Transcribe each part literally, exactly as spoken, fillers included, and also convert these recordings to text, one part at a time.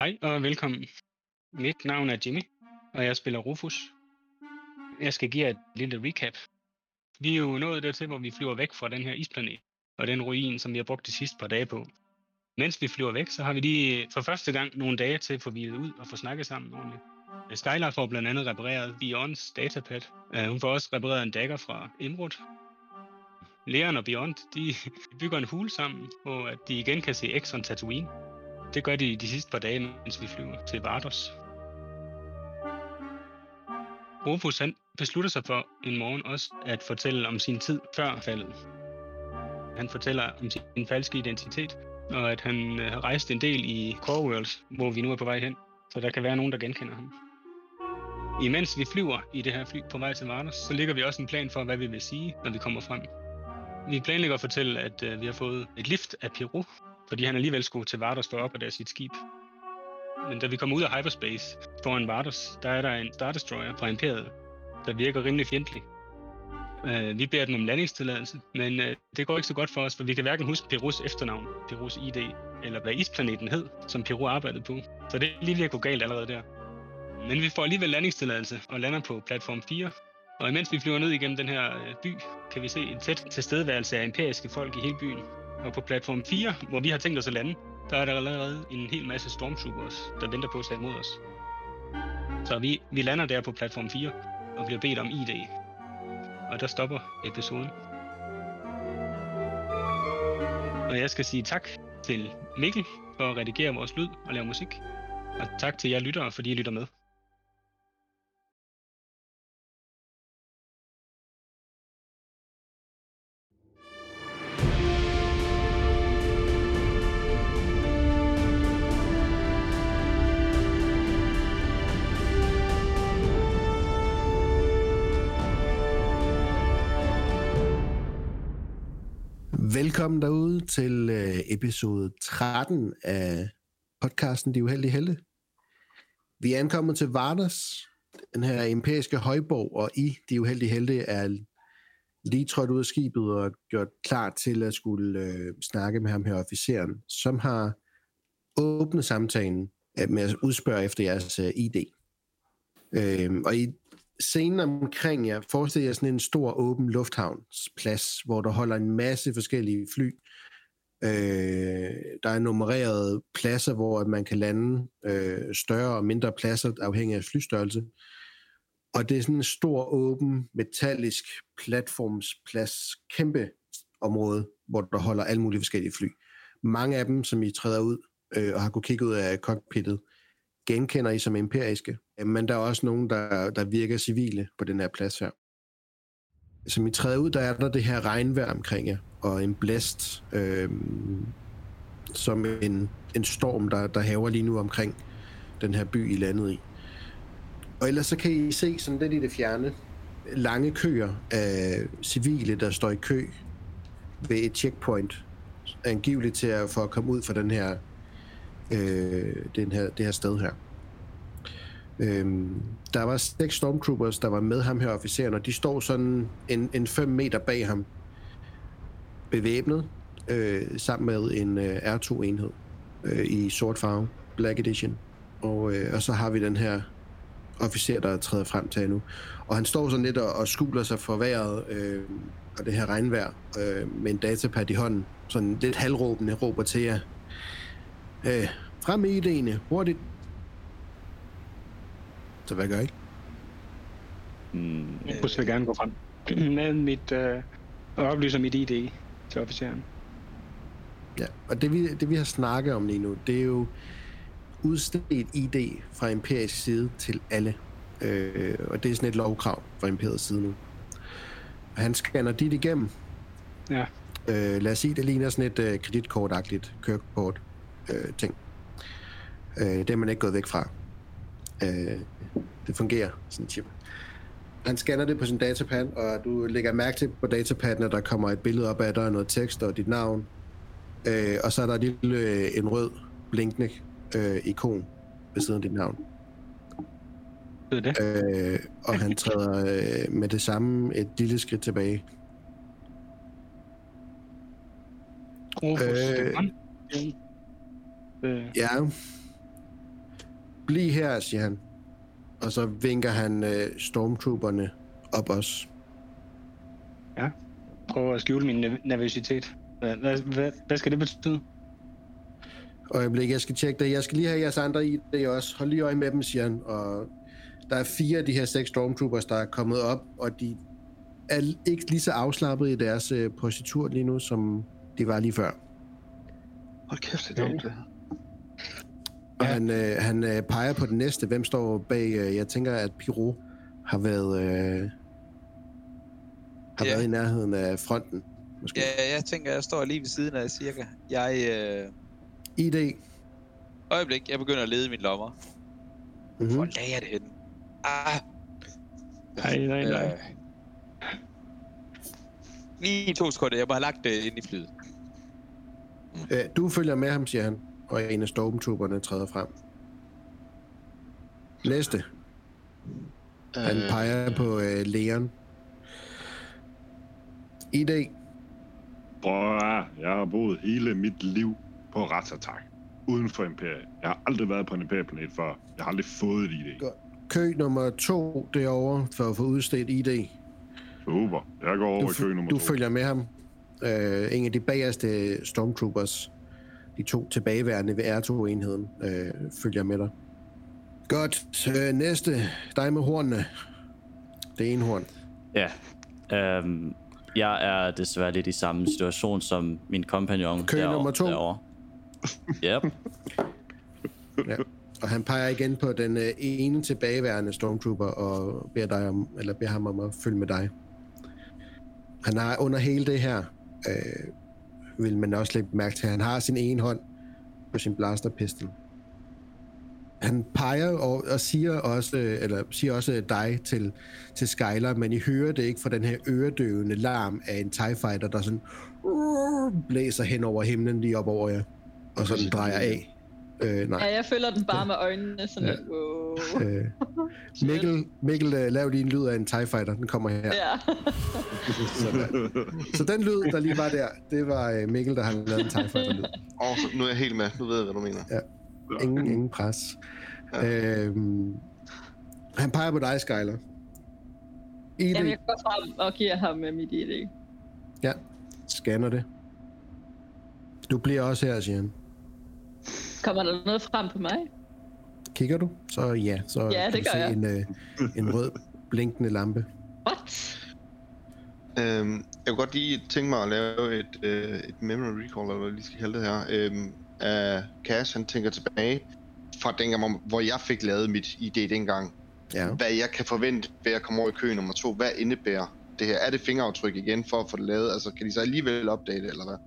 Hej og velkommen. Mit navn er Jimmy, og jeg spiller Rufus. Jeg skal give jer et lille recap. Vi er jo nået dertil, hvor vi flyver væk fra den her isplanet, og den ruin, som vi har brugt de sidste par dage på. Mens vi flyver væk, så har vi lige for første gang nogle dage til at få hvilet ud og få snakket sammen ordentligt. Skylar får blandt andet repareret Beyonds datapad. Uh, hun får også repareret en dagger fra Emerald. Leon og Beyond, de bygger en hule sammen, hvor at de igen kan se Exxon Tatooine. Det gør de de sidste par dage, mens vi flyver til Vardos. Rufus han beslutter sig for en morgen også at fortælle om sin tid før faldet. Han fortæller om sin falske identitet, og at han har rejst en del i Core Worlds, hvor vi nu er på vej hen, så der kan være nogen, der genkender ham. Imens vi flyver i det her fly på vej til Vardos, så ligger vi også en plan for, hvad vi vil sige, når vi kommer frem. Vi planlægger at fortælle, at uh, vi har fået et lift af Peru, fordi han alligevel skulle til Vardos for at opgradere sit skib. Men da vi kommer ud af hyperspace foran Vardos, der er der en Star Destroyer fra Imperiet, der virker rimelig fjendtlig. Uh, vi beder den om landingstilladelse, men uh, det går ikke så godt for os, for vi kan hverken huske Perus efternavn, Perus I D, eller hvad isplaneten hed, som Peru arbejdede på. Så det er lige ved at gå galt allerede der. Men vi får alligevel landingstilladelse og lander på platform fire. Og imens vi flyver ned igennem den her uh, by, kan vi se en tæt tilstedeværelse af imperiske folk i hele byen. Og på platform fire, hvor vi har tænkt os at lande, der er der allerede en hel masse stormtroopers, der venter på at tage imod os. Så vi, vi lander der på platform fire og bliver bedt om I D. Og der stopper episoden. Og jeg skal sige tak til Mikkel for at redigere vores lyd og lave musik. Og tak til jer lyttere, fordi I lytter med. Velkommen derude til øh, episode tretten af podcasten De Uheldige Helte. Vi er ankommet til Vardos, den her imperiske højborg, og I, De Uheldige Helte, er lige trådt ud af skibet og gjort klar til at skulle øh, snakke med ham her officeren, som har åbnet samtalen øh, med at udspørge efter jeres øh, I D. Øh, og I scenen omkring jer, forestil jer sådan en stor åben lufthavnsplads, hvor der holder en masse forskellige fly. Øh, der er nummererede pladser, hvor man kan lande øh, større og mindre pladser, afhængig af flystørrelse. Og det er sådan en stor, åben, metallisk platformsplads, kæmpe område, hvor der holder alle mulige forskellige fly. Mange af dem, som I træder ud øh, og har kunnet kigge ud af cockpittet, genkender I som imperiske, men der er også nogen, der, der virker civile på den her plads her. Som I træder ud, der er der det her regnvejr omkring jer, og en blæst, øh, som en, en storm, der, der hæver lige nu omkring den her by, I landet i. Og ellers så kan I se sådan lidt i det fjerne, lange køer af civile, der står i kø ved et checkpoint, angiveligt til at få at komme ud fra den her Øh, den her, det her sted her. Øhm, der var seks stormtroopers, der var med ham her officeren, og de står sådan en, en fem meter bag ham, bevæbnet, øh, sammen med en øh, R to enhed øh, i sort farve, Black Edition. Og, øh, og så har vi den her officer, der træder frem til nu. Og han står sådan lidt og, og skuler sig for vejret, øh, og det her regnvejr, øh, med en datapad i hånden, sådan lidt halvråbende råber til jer. Øh, frem med idéerne, hurtigt. Så hvad gør I? Mm, jeg vil gerne gå frem med mit, øh, og oplyser mit I D til officeren. Ja, og det vi, det vi har snakket om lige nu, det er jo udstedt I D fra imperisk side til alle. Øh, og det er sådan et lovkrav fra imperiets side nu. Han scanner dit igennem. Ja. Øh, lad os sige, det ligner sådan et øh, kreditkortagtigt kørekort. Øh, ting. Øh, det er man ikke gået væk fra. Øh, det fungerer, sådan en chip. Han scanner det på sin datapad, og du lægger mærke til på datapadden, at der kommer et billede op af dig, noget tekst og dit navn. Øh, og så er der et lille, en rød, blinkende øh, ikon ved siden af dit navn. Det er det. Øh, og han træder øh, med det samme et lille skridt tilbage. Rufus, øh, Øh. Ja. bliv her, siger han. Og så vinker han øh, stormtrooperne op os. Ja. Prøv at skjule min nerv- nervøsitet. Hvad, hvad, hvad, hvad skal det betyde? Øjeblik, jeg skal tjekke det. Jeg skal lige have jeres andre i det også. Hold lige øje med dem, siger han. Og der er fire af de her seks stormtroopers, der er kommet op, og de er ikke lige så afslappet i deres øh, positur lige nu, som de var lige før. Hold kæft, det er dumt, det her. Og ja. han, øh, han øh, peger på den næste. Hvem står bag? Øh, jeg tænker, at Piro har været, øh, har Ja. været i nærheden af fronten. Måske. Ja, jeg tænker, jeg står lige ved siden af cirka. Jeg, øh... I D. Øjeblik, jeg begynder at lede i mine lommer. Mm-hmm. Hvor lagde jeg det henne? Ah! Nej, nej, nej. Øh... Lige to sekunder, jeg må have lagt det ind i flyet. Øh, du følger med ham, siger han. Og en af stormtrooperne træder frem. Næste. Han Øh, peger på øh, Leon. I D. Prøv at høre, jeg har boet hele mit liv på Ratsatak. Uden for Imperiet. Jeg har aldrig været på en Imperieplanet før. Jeg har aldrig fået et I D. Kø nummer to derovre for at få udstedt I D. Super. Jeg går over Du, i kø nummer du to. følger med ham. Øh, en af de bagerste stormtroopers, de to tilbageværende ved R to-enheden, øh, følger med dig. Godt. Øh, næste. Dig med hornene. Det er en horn. Ja. Øhm, jeg er desværre lidt i samme situation som min kompagnon Kø derovre, nummer to. derovre. Yep. Ja. Og han peger igen på den øh, ene tilbageværende stormtrooper og beder, dig om, eller beder ham om at følge med dig. Han har under hele det her, øh, vil man også lægge mærke til, at han har sin ene hånd på sin blasterpistol. Han peger og, og siger også, eller siger også dig til, til Skylar, men I hører det ikke fra den her øredøvende larm af en TIE Fighter, der sådan uh, blæser hen over himlen lige op over jer, og sådan drejer af. Øh, nej. Ja, jeg følger den bare med øjnene sådan Ja. lidt, wow. Øh, Mikkel, Mikkel uh, lav lige en lyd af en TIE Fighter. Den kommer her. Ja. Sådan. Så den lyd, der lige var der, det var uh, Mikkel, der har lavet en TIE Fighter-lyd. Åh, oh, nu er jeg helt med. Nu ved jeg, hvad du mener. Ja. Ingen, ingen pres. Ja. Øhm, han peger på dig, Skylar. I D. Jamen, jeg går frem og giver ham med mit I D. Ja, scanner det. Du bliver også her, siger han. Kommer der noget frem på mig? Kigger du? Så ja, så Ja, kan det du gør se jeg. en, øh, en rød blinkende lampe. What? Øhm, jeg kunne godt lige tænke mig at lave et, øh, et memory recall, eller hvad vi lige skal kalde det her. Øhm, af Cass, han tænker tilbage fra dengang, hvor jeg fik lavet mit I D dengang. Ja. Hvad jeg kan forvente ved at komme over i kø nummer to. Hvad indebærer det her? Er det fingeraftryk igen for at få det lavet? Altså, kan de så alligevel opdage det, eller hvad?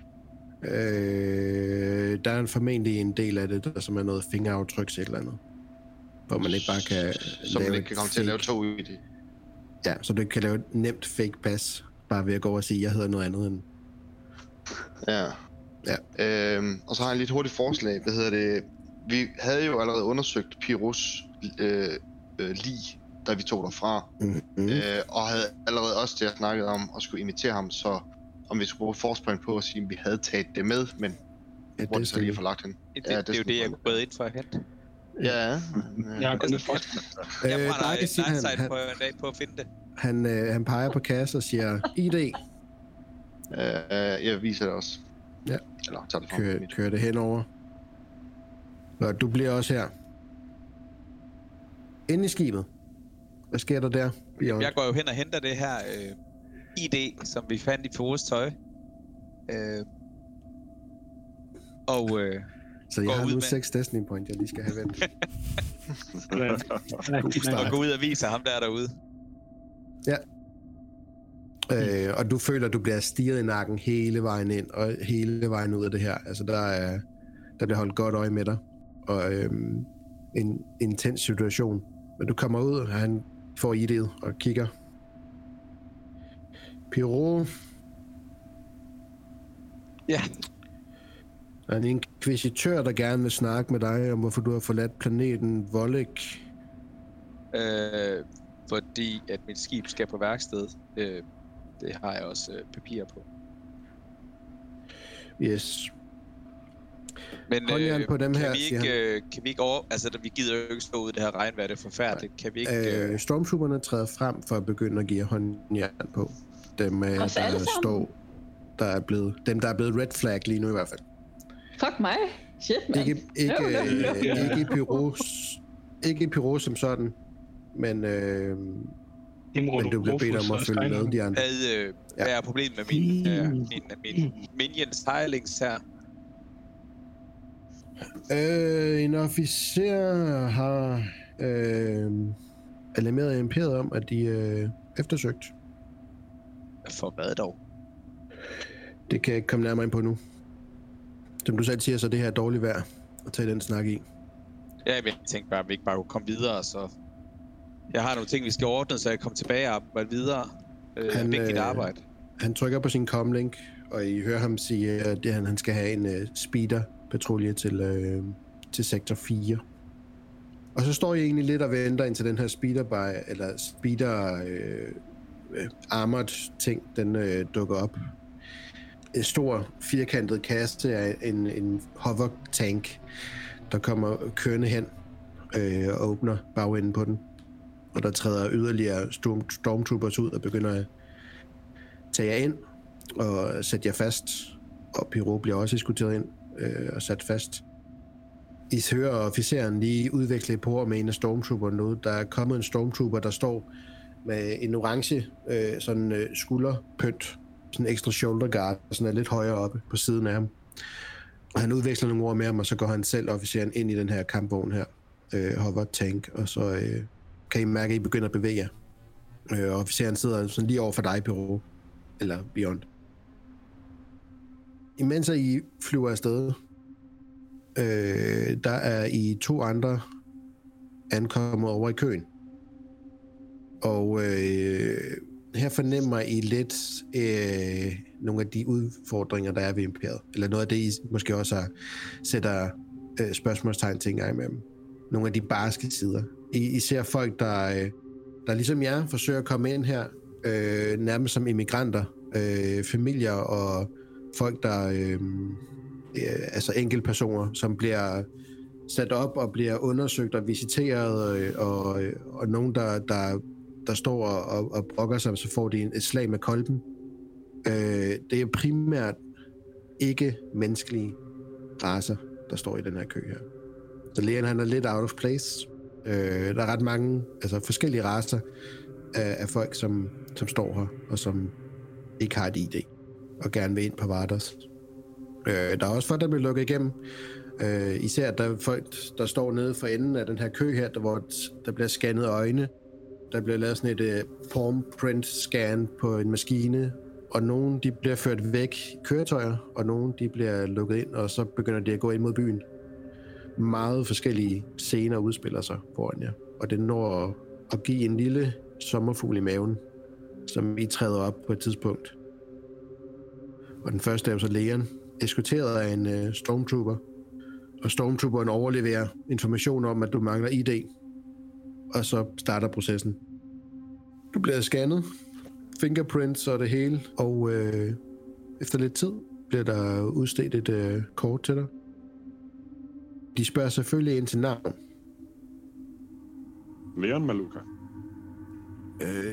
Øh, der er formentlig en del af det, der som er noget fingeraftryk til et eller andet. Hvor man ikke bare kan Så man lave ikke kan et komme til at lave fake- to I D. Ja, så du ikke kan lave et nemt fake pass, bare ved at gå over og sige, at jeg hedder noget andet end... Ja. Ja. Øhm, og så har jeg et lidt hurtigt forslag. Hvad hedder det? Vi havde jo allerede undersøgt Piros øh, øh, lig, da vi tog derfra. Mm-hmm. Øh, og havde allerede også det, jeg snakkede om, at skulle imitere ham, så om vi skulle bruge forspring på at sige, at vi havde taget det med, men Ja, hvor det så skal lige vi. for lagt hen. Det, Ja, det, det er jo skal det, jeg vi er gået ind for at hente. Ja, Jeg har kun Altså, først. Jeg Øh, brænder Darky et siger han, night han, på en dag på at finde det. han, øh, han peger på kasse og siger, I D, øh, jeg viser det også. Ja. Eller tager det frem. kører, kører det henover. Og du bliver også her. Inde i skibet. Hvad sker der der? Bjørn? Jeg går jo hen og henter det her øh, I D, som vi fandt i Piros tøj. Øh, og øh, Så jeg går har ud nu med- seks Destiny Point, jeg lige skal have vendt. og gå ud og vise ham der derude. Øh, og du føler, at du bliver stirret i nakken hele vejen ind, og hele vejen ud af det her. Altså, der, er, der bliver holdt godt øje med dig. Og øhm, en intens situation. Men du kommer ud, og han får I D'et og kigger. Piro, Ja. der er en inkvisitør, der gerne vil snakke med dig om, hvorfor du har forladt planeten Volek. Øh, fordi at mit skib skal på værksted. Øh, det har jeg også øh, papir på. Yes. Men Håndjern øh, på dem kan, her, vi siger ikke, øh, kan vi ikke over... Altså, vi gider jo ikke stå ud i det her regnvejr, det er forfærdeligt. Kan vi ikke... Øh... Øh, stormtrooperne træder frem for at begynde at give håndjern på. Dem, øh, Os der alle sammen? står, der er blevet, dem, der er blevet red flag lige nu i hvert fald. Fuck mig. Shit, man. Ikke, ikke, No, no, no. øh, ikke i Pyros, ikke i Pyros som sådan, men, øh, men du bliver bedt om at følge med de andre. Hvad, øh, Ja. hvad er problemet med min, øh, min, min minions hirelings her? Øh, en officer har øh, alarmeret imperiet om, at de er øh, eftersøgt. For hvad dog? Det kan jeg ikke komme nærmere ind på nu. Som du selv siger, så det her er dårligt vejr at tage den snak i. Ja, men jeg tænkte bare, at vi ikke bare kunne komme videre, så... Jeg har nogle ting, vi skal ordne, så jeg kan komme tilbage og arbejde videre. Øh, Han, vigtigt øh, arbejde. Han trykker på sin comlink, og I hører ham sige, at det, han, han skal have en uh, speeder-patrulje til, uh, til sektor fire. Og så står I egentlig lidt og venter, indtil den her speeder eller speeder uh, armored ting, den uh, dukker op. En stor firkantet kasse af en, en hover tank, der kommer kørende hen øh, og åbner bagenden på den. Og der træder yderligere storm, stormtroopers ud og begynder at tage jer ind og sætte jer fast. Og Pyro bliver også eskorteret ind øh, og sat fast. I hører officeren lige udveksle på ord med en af stormtrooperne nu. Der er kommet en stormtrooper, der står med en orange øh, sådan øh, skulderpynt, sådan en ekstra shoulder guard, sådan er lidt højere oppe på siden af ham. Og han udveksler nogle ord med ham, og så går han selv, officeren, ind i den her kampvogn her, øh, hover tank, og så øh, kan I mærke, at I begynder at bevæge jer. Øh, og officeren sidder sådan lige over for dig, Pyro, eller Beyond. Imens I flyver afsted, øh, der er I to andre ankommet over i køen. Og øh, her fornemmer I lidt øh, nogle af de udfordringer, der er ved imperiet. Eller noget af det, I måske også har, sætter øh, spørgsmålstegn til en gang imellem. Nogle af de barske sider. I, I ser folk, der, øh, der ligesom jer forsøger at komme ind her, øh, nærmest som immigranter, øh, familier og folk, der øh, øh, altså enkeltpersoner, som bliver sat op og bliver undersøgt og visiteret, øh, og, og nogen, der, der der står og, og brokker sig, så får de et slag med kolben. Øh, det er primært ikke menneskelige racer, der står i den her kø her. Så Leon, han er lidt out of place. Øh, der er ret mange altså forskellige racer af, af folk, som, som står her, og som ikke har et I D, og gerne vil ind på Vardas. Øh, der er også folk, der bliver lukket igennem. Øh, især der er folk, der står nede for enden af den her kø her, der, hvor der bliver scannet øjne. Der bliver lavet sådan et uh, palm print scan på en maskine, og nogle de bliver ført væk i køretøjer, og nogle de bliver lukket ind, og så begynder de at gå ind mod byen. Meget forskellige scener udspiller sig foran jer, og det når at, at give en lille sommerfugl i maven, som I træder op på et tidspunkt. Og den første er så Leon, eskorteret af en uh, stormtrooper, og stormtrooperen overleverer information om, at du mangler I D, og så starter processen. Du bliver scannet, fingerprints og det hele, og øh, efter lidt tid bliver der udstedt et øh, kort til dig. De spørger selvfølgelig ind til navn. Leon Maluka. Øh,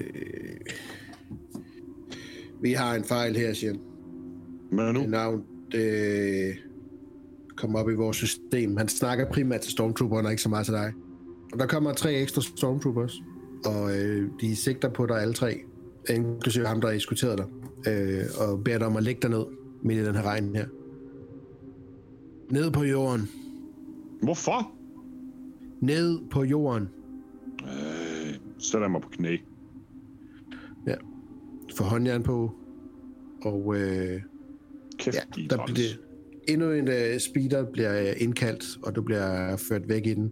vi har en fejl her, siger han. Men nu? Det navn, det kommer op i vores system. Han snakker primært til stormtrooperen og ikke så meget til dig. Og der kommer tre ekstra stormtroopers, og øh, de sigter på dig alle tre, inklusive ham, der eskorterede dig, øh, og beder dig om at lægge dig ned midt i den her regn her. Ned på jorden. Hvorfor? Ned på jorden. Øh, sætter mig på knæ. Ja. Få håndjern på, og øh, Kæft, ja, de er der træls. bliver endnu en uh, speeder bliver uh, indkaldt, og du bliver ført væk i den.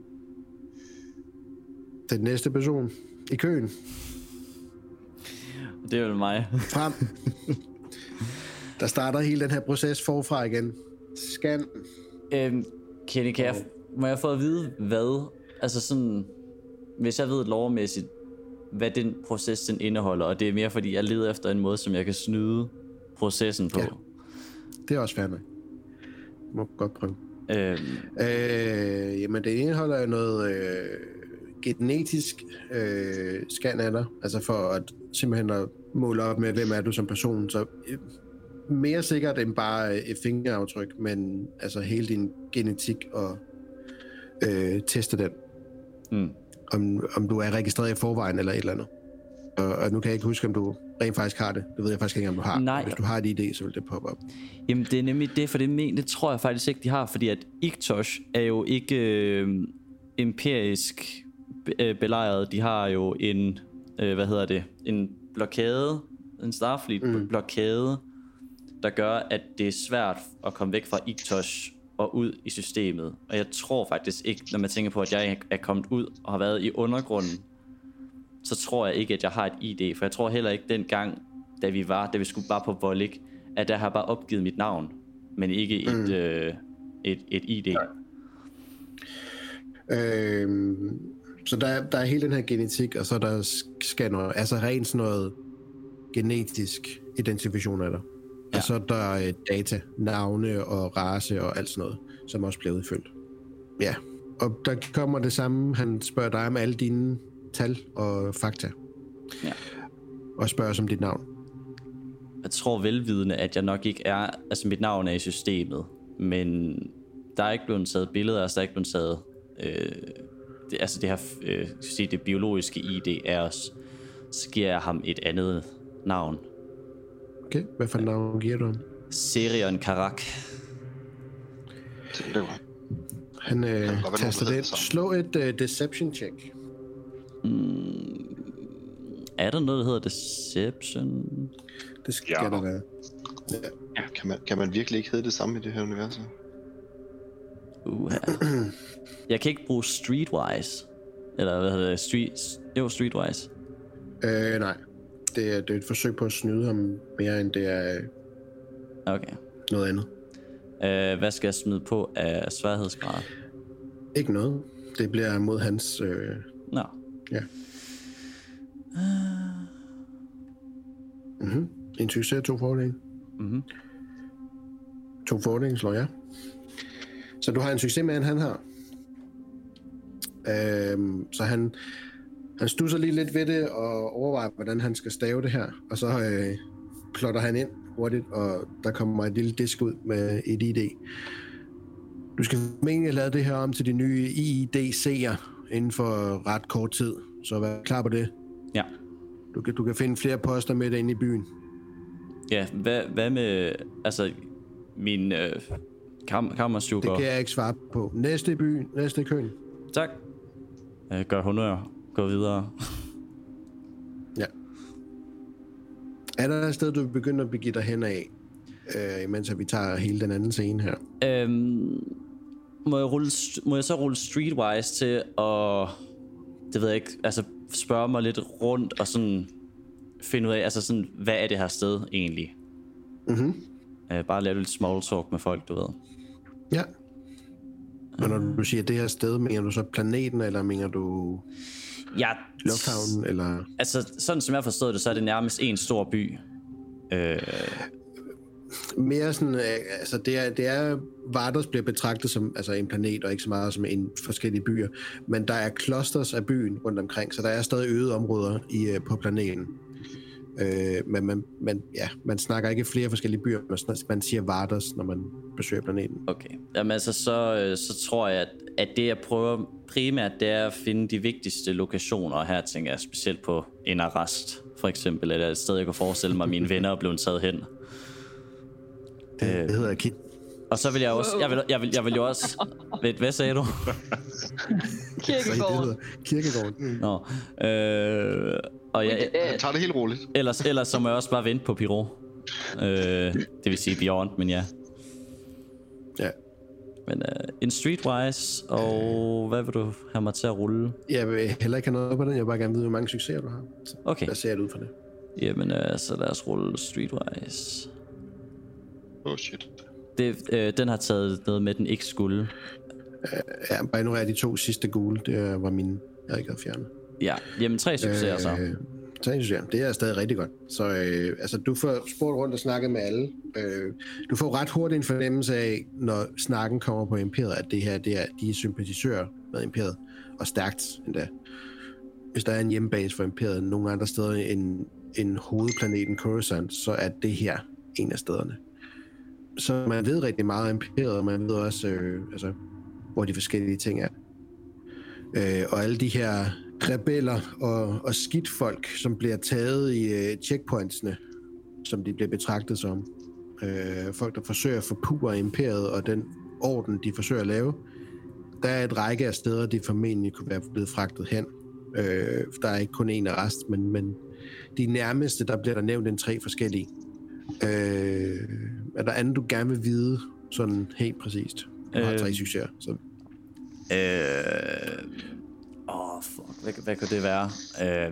Den næste person i køen. Det er vel mig. Frem. Der starter hele den her proces forfra igen. Scan. Øhm, Kenny, kan jeg, må jeg få at vide, hvad, altså sådan, hvis jeg ved lovmæssigt, hvad den proces den indeholder, og det er mere fordi, jeg leder efter en måde, som jeg kan snyde processen på. Ja. Det er også fair nok. Må godt prøve. Øhm, Øh, jamen, det indeholder jo noget øh, genetisk øh, scan af dig, altså for at simpelthen at måle op med, hvem er du som person, så øh, mere sikkert end bare et fingeraftryk, men altså hele din genetik og øh, teste den, mm. om, om du er registreret i forvejen eller et eller andet. Og, og nu kan jeg ikke huske, om du rent faktisk har det. Det ved jeg faktisk ikke, om du har. Nej. Hvis du har et I D, så vil det poppe op. Jamen, det er nemlig det, for det, men, det tror jeg faktisk ikke, de har, fordi at Iktosh er jo ikke øh, empirisk øh, belejret. De har jo en, øh, hvad hedder det, en blokade, en Starfleet-blokade, mm. der gør, at det er svært at komme væk fra Iktosh og ud i systemet. Og jeg tror faktisk ikke, når man tænker på, at jeg er kommet ud og har været i undergrunden, så tror jeg ikke, at jeg har et I D. For jeg tror heller ikke dengang, da vi var, da vi skulle bare på Volek, at jeg har bare opgivet mit navn, men ikke et, mm. øh, et, et I D. Øhm, så der, der er hele den her genetik, og så er der scanner, altså rent sådan noget genetisk identifikation af dig. Ja. Og så er der øh, data, navne og race og alt sådan noget, som også bliver udfyldt. Ja, og der kommer det samme, han spørger dig om alle dine tal og fakta. Ja. Og spørger som dit navn. Jeg tror velvidende, at jeg nok ikke er, altså mit navn er i systemet, men der er ikke blevet taget billeder, altså der er ikke blevet taget, øh, det, altså det her, øh, sige, det biologiske I D er os, så giver jeg ham et andet navn. Okay, hvad for navn giver du ham? Serion Karak. Det var. Han øh, taster det. Slå et uh, deception check. Mm, er der noget, der hedder deception? Det skal ja. der være. Ja. Ja, kan, man, kan man virkelig ikke hedde det samme i det her univers? Uh, jeg kan ikke bruge Streetwise. Eller hvad hedder det? Street, jo, Streetwise. Øh, nej. Det er, det er et forsøg på at snyde ham mere, end det er Okay. noget andet. Uh, hvad skal jeg smide på af sværhedsgrad? Ikke noget. Det bliver mod hans... Øh... Nå. Ja. Mm-hmm. En succes, to fordele. Mhm. To fordele slår jeg. Så du har en succes med, end han har. Øhm, så han, han stusser lige lidt ved det og overvejer, hvordan han skal stave det her. Og så øh, plotter han ind hurtigt, og der kommer et lille disk ud med et I D. Du skal formentlig lave det her om til de nye I D C'er inden for ret kort tid. Så vær klar på det. Ja. Du kan, du kan finde flere poster med dig inde i byen. Ja, hvad, hvad med, altså, min øh, kam, kammersukker? Det kan jeg ikke svare på. Næste i byen, næste i køen. Tak. Øh, gør honør. Gå videre. Ja. Er der et sted, du begynder at begive dig hen af, øh, imens vi tager hele den anden scene her? Øhm, må, jeg rulle, må jeg så rulle Streetwise til at, det ved jeg ikke, altså spørge mig lidt rundt og sådan finde ud af, altså sådan, hvad er det her sted egentlig? Mhm. Øh, bare lave lidt small talk med folk, du ved. Ja. Og når du siger det her sted, mener du så planeten, eller mener du Ja, lufthavnen, eller? altså sådan som jeg forstod det, så er det nærmest en stor by. Øh, Mere sådan, øh, altså det er, det er, Vardos bliver betragtet som altså en planet, og ikke så meget som en forskellige byer, men der er clusters af byen rundt omkring, så der er stadig øde områder i, øh, på planeten. Øh, men man, man, ja, man snakker ikke flere forskellige byer, man, man siger Vardos, når man besøger planeten. Okay, jamen altså så, så tror jeg, at, at det jeg prøver primært, det er at finde de vigtigste lokationer, og her tænker jeg specielt på en arrest, for eksempel, eller et sted, jeg kan forestille mig, at mine venner er blevet taget hen. Det, det hedder Kit. Og så vil jeg også, jeg vil, jeg vil, jeg vil jo også, hvad, hvad sagde du? Kirkegården. Kirkegården. Nå, øh, og jeg, Jeg tager det helt roligt. ellers, ellers så må jeg også bare vente på Piro. Øh, det vil sige Beyond, men ja. Ja. Men uh, en Streetwise, og hvad vil du have mig til at rulle? Jeg vil heller ikke have noget på den, jeg vil bare gerne vide, hvor mange succeser du har. Så Okay. hvad ser det ud for det? Jamen, uh, så lad os rulle Streetwise. Oh shit. Det, øh, den har taget noget med, den ikke skulle. Ja, bare ignorer de to sidste gule, det var mine, jeg ikke havde fjernet. Ja, jamen tre succeser så. Øh, Tre succeser. Det er stadig rigtig godt. Så øh, altså, du får spurgt rundt og snakket med alle. Øh, du får ret hurtigt en fornemmelse af, når snakken kommer på Imperiet, at det her, det er, de er sympatisører med Imperiet, og stærkt endda. Hvis der er en hjemmebase for Imperiet nogle andre steder end, end hovedplaneten Coruscant, så er det her en af stederne. Så man ved rigtig meget om Imperiet, og man ved også, øh, altså, hvor de forskellige ting er. Øh, og alle de her rebeller og, og skidtfolk, som bliver taget i øh, checkpointsene, som de bliver betragtet som. Øh, folk, der forsøger at forpure Imperiet og den orden, de forsøger at lave. Der er et række af steder, de formentlig kunne være blevet fragtet hen. Øh, der er ikke kun én arrest, men, men de nærmeste, der bliver der nævnt en tre forskellige. Øh, er der andet, du gerne vil vide, sådan helt præcist? Du har øh, tre succeser. Så. Øh, åh, fuck. Hvad, hvad kan det være? Øh,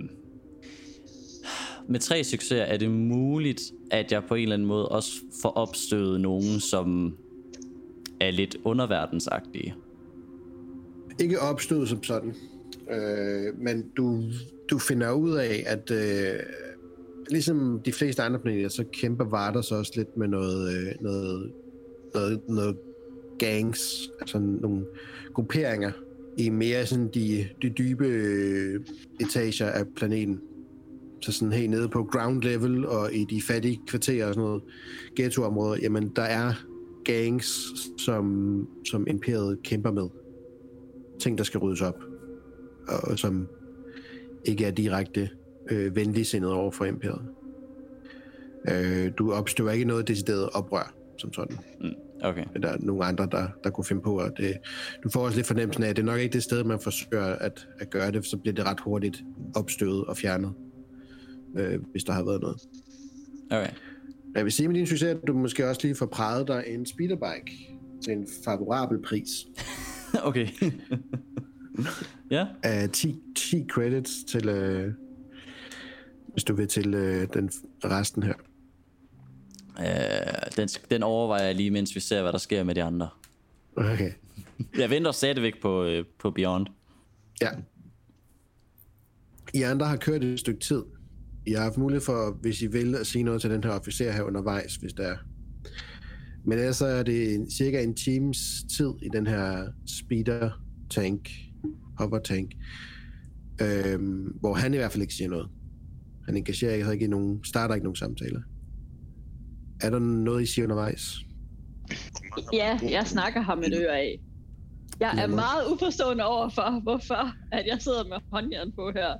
med tre succeser er det muligt, at jeg på en eller anden måde også får opstøvet nogen, som er lidt underverdensagtige. Ikke opstøvet som sådan. Øh, men du, du finder ud af, at øh, ligesom de fleste andre planeter, så kæmper Vardas også lidt med noget, øh, noget, noget, noget gangs, altså nogle grupperinger i mere sådan de, de dybe øh, etager af planeten. Så sådan helt nede på ground level og i de fattige kvarterer og sådan noget ghettoområder, jamen der er gangs, som, som Imperiet kæmper med. Ting, der skal ryddes op, og som ikke er direkte øh, venligsindet over for Imperiet. Øh, du opstøver ikke noget decideret oprør, som sådan. Mm, okay. Der er nogle andre, der, der kunne finde på, at det, du får også lidt fornemmelsen af, at det er nok ikke det sted, man forsøger at, at gøre det, så bliver det ret hurtigt opstøvet og fjernet, øh, hvis der har været noget. Okay. Jeg vil sige med din succes, at du måske også lige får præget dig en speederbike til en favorabel pris. Okay. Ja. Af ti, ti credits til, øh, hvis du vil til øh, den resten her. Øh, den, den overvejer jeg lige, mens vi ser, hvad der sker med de andre. Okay. Jeg venter stadigvæk på, øh, på Beyond. Ja. I andre har kørt et stykke tid. I har haft mulighed for, hvis I vil, at sige noget til den her officer her undervejs, hvis der er. Men ellers er det cirka en times tid i den her speeder tank, hover tank, øhm, hvor han i hvert fald ikke siger noget. Han engagerer ikke, ikke nogen, starter ikke nogen samtaler. Er der noget, I siger undervejs? Ja, jeg snakker ham et øre af. Jeg er meget uforstående overfor, hvorfor at jeg sidder med håndjern på her.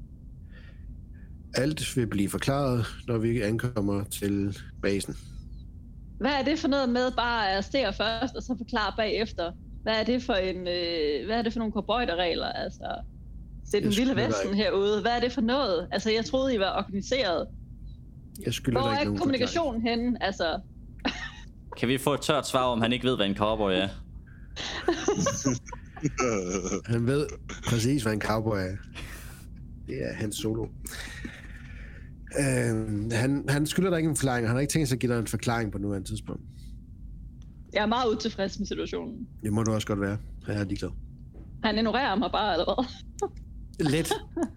Alt vil blive forklaret, når vi ankommer til basen. Hvad er det for noget med bare at arrestere først, og så forklare bagefter? Hvad er det for en, øh, hvad er det for nogle cowboyderregler? Altså, det er den vilde vesten herude. Hvad er det for noget? Altså, jeg troede, I var organiseret. Jeg skylder Hvor ikke er nogen kommunikationen henne? Altså... Kan vi få et tørt svar, om han ikke ved, hvad en cowboy er? Han ved præcis, hvad en cowboy er. Det er hans solo. Uh, han, han skylder dig ikke en forklaring. Han har ikke tænkt sig at give dig en forklaring på nuværende tidspunkt. Jeg er meget utilfreds med situationen. Det må du også godt være. Jeg er ligeglad. Han ignorerer mig bare allerede. Lidt.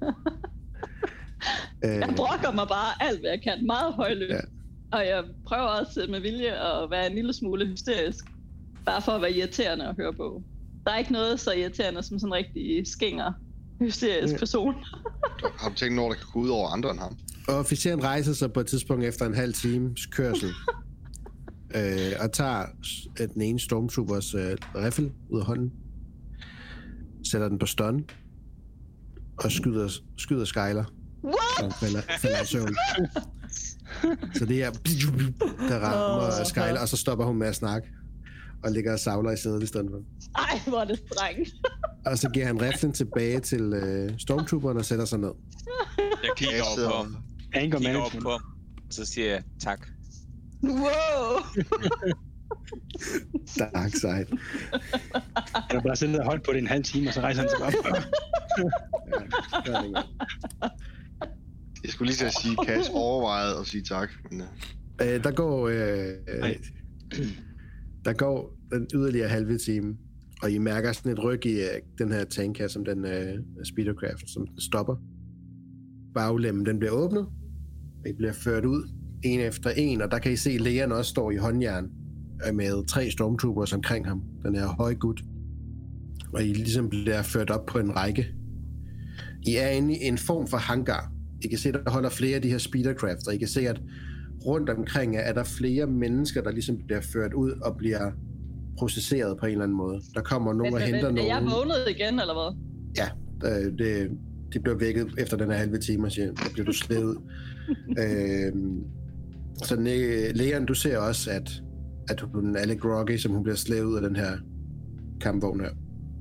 Jeg brokker mig bare alt, hvad jeg kan. Meget højlydt. Ja. Og jeg prøver også med vilje at være en lille smule hysterisk. Bare for at være irriterende at høre på. Der er ikke noget så irriterende som sådan en rigtig skinger hysterisk person. Har du tænkt noget, der kan gå ud over andre end ham? Og officeren rejser sig på et tidspunkt efter en halv times kørsel. øh, og tager den ene stormtroopers øh, riffel ud af hånden. Sætter den på stun. Og skyder, skyder Skyler. What? Og falder, falder i søvn. Så det er der rammer oh, Skyler, og så stopper hun med at snakke. Og ligger og savler i sædet i stedet for. Ej, hvor er det strengt. Og så giver han riflen tilbage til øh, stormtrooperen og sætter sig ned. Jeg kigger over på ham. Jeg kigger over på ham. Så siger jeg tak. Wow! Dark side. Han har bare siddet og holdt på det en halv time, og så rejser han sig op. Ja, det jeg skulle lige til at sige, Cass overvejede at sige tak. Men, uh... øh, der går... Øh, øh, der går den yderligere halve time, og I mærker sådan et ryg i uh, den her tank her, som den uh, speedercraft, som den stopper. baglemmen, den bliver åbnet. Det bliver ført ud, en efter en, og der kan I se, at Leon også står i håndjern med tre stormtroopers omkring ham, den her høje gut. Og I ligesom bliver ført op på en række. I er inde i en form for hangar. I kan se, at der holder flere af de her speedercrafts, og I kan se, at rundt omkring er der flere mennesker, der ligesom bliver ført ud og bliver processeret på en eller anden måde. Der kommer nogen men, og men, henter men, nogen. Er jeg vågnet igen, eller hvad? Ja, det, det, de bliver vækket efter den her halve time, og siger, der bliver du slædet ud. øhm, så Leon, du ser også, at, at hun er lidt groggy, som hun bliver slævet ud af den her kampvogn her.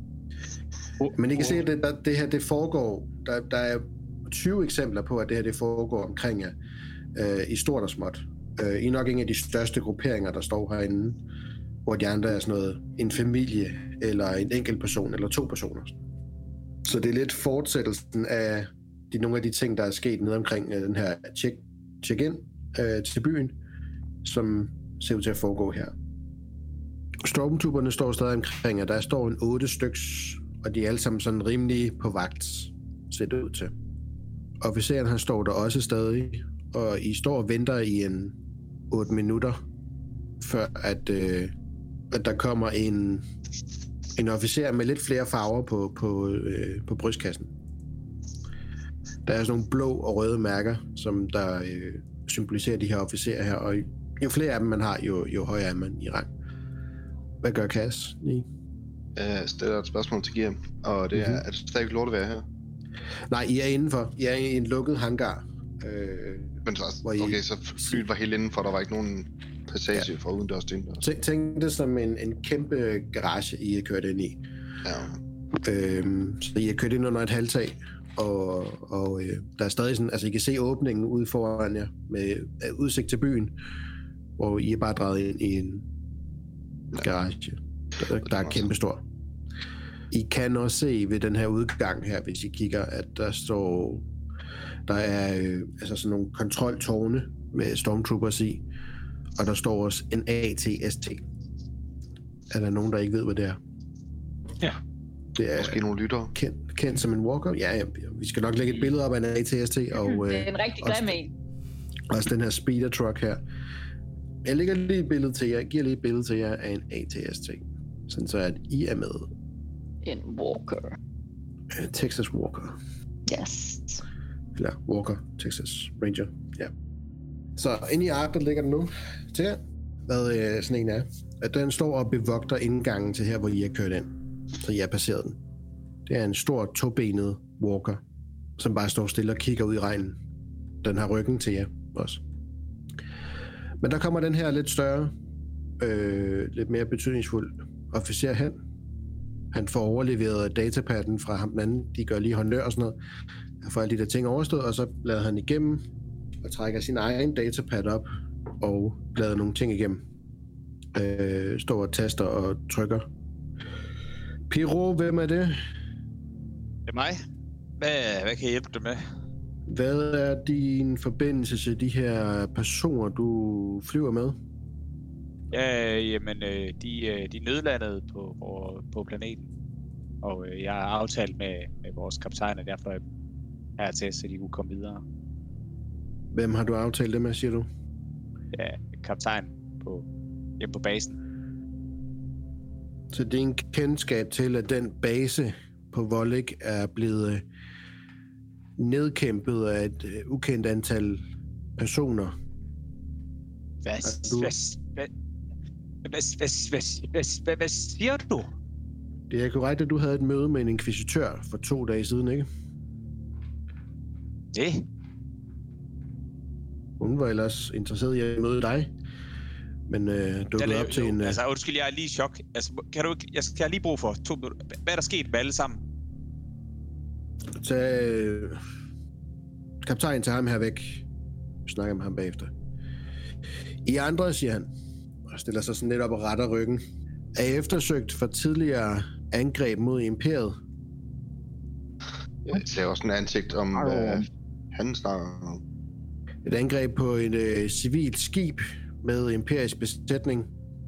Men I kan se, at det, der, det her det foregår, der, der er tyve eksempler på, at det her det foregår omkring jer, øh, i stort og småt. Øh, I er nok en af de største grupperinger, der står herinde, hvor de andre er sådan noget, en familie, eller en enkelt person, eller to personer. Så det er lidt fortsættelsen af de, nogle af de ting, der er sket nede omkring øh, den her check, check-in øh, til byen, som ser ud til at foregå her. Stormtrooperne står stadig omkring, og der står en otte styks, og de er alle sammen sådan rimelig på vagt, ser det ud til. Officeren, han står der også stadig, og I står og venter i en otte minutter, før at, øh, at der kommer en, en officer med lidt flere farver på, på, øh, på brystkassen. Der er sådan nogle blå og røde mærker, som der øh, symboliserer de her officerer her, og jo flere af dem man har, jo, jo højere er man i rang. Hvad gør Cass? Nej. Jeg stiller et spørgsmål til Guillaume, og det er, mm-hmm. er det stadig lov at være her? Nej, I er indenfor. I er i en lukket hangar. Øh, Men så, I, okay, så flyet var helt indenfor, der var ikke nogen passage ja. fra udendørs til indendørs. Tænk, tænk det som en, en kæmpe garage, I er kørt ind i. Ja. Øh, så I er kørt ind under et halvtag, og, og øh, der er stadig sådan, altså I kan se åbningen ude foran jer, med uh, udsigt til byen, hvor I er bare drejet ind i en ja. garage, der, der er kæmpestor. I kan også se ved den her udgang her, hvis I kigger, at der står, der er øh, altså sådan nogle kontroltårne med stormtroopers i, og der står også en A T S T. Er der nogen, der ikke ved, hvad det er? Ja. Det er måske nogle lyttere. Kendt, kendt som en walker. Ja, ja, vi skal nok lægge et billede op af en A T S T. Og, det er en rigtig grim en. Også den her speeder truck her. Jeg lægger lige et billede til jer. Jeg giver lige et billede til jer af en A T S T. Sådan så, at I er med. En walker. Uh, Texas Walker. Yes. Eller Walker, Texas Ranger. Ja. Så inde i arket ligger den nu til jer, hvad øh, sådan en er. At den står og bevogter indgangen til her, hvor I er kørt ind. Så I er passeret den. Det er en stor, tobenet walker, som bare står stille og kigger ud i regnen. Den har ryggen til jer også. Men der kommer den her lidt større, øh, lidt mere betydningsfuld officer hen. Han får overleveret datapadden fra ham den anden. De gør lige håndør og sådan noget. Han får alle de der ting overstået, og så lader han igennem og trækker sin egen datapad op og lader nogle ting igennem. Øh, står og taster og trykker. Piro, hvem er det? Det er mig. Hvad, hvad kan jeg hjælpe dig med? Hvad er din forbindelse til de her personer, du flyver med? Ja, jamen, de, de er nødlandet på, på, på planeten. Og jeg har aftalt med, med vores kaptajner derfor her til, så de kunne komme videre. Hvem har du aftalt det med, siger du? Ja, kaptajn på, hjemme på basen. Så det er en kendskab til, at den base på Volek er blevet nedkæmpet af et uh, ukendt antal personer. Hvad, du... hvad, hvad, hvad, hvad, hvad, hvad, hvad, hvad siger du? Det er korrekt, at du havde et møde med en inkvisitør for to dage siden, ikke? Det? Hun var ellers interesseret i at møde dig, men øh, dukkede op til en... Øh... Altså, undskyld, jeg er lige i chok. Altså, kan du, jeg skal lige bruge for to minutter. Hvad er der sket med alle sammen? Tag øh, kaptajnen til ham her væk. Vi snakker med ham bagefter. I andre, siger han, og stiller sig sådan lidt op og retter ryggen, er eftersøgt for tidligere angreb mod imperiet. Jeg ser også en ansigt om, hvad han snakker om. Et angreb på et øh, civilt skib med imperisk besætning.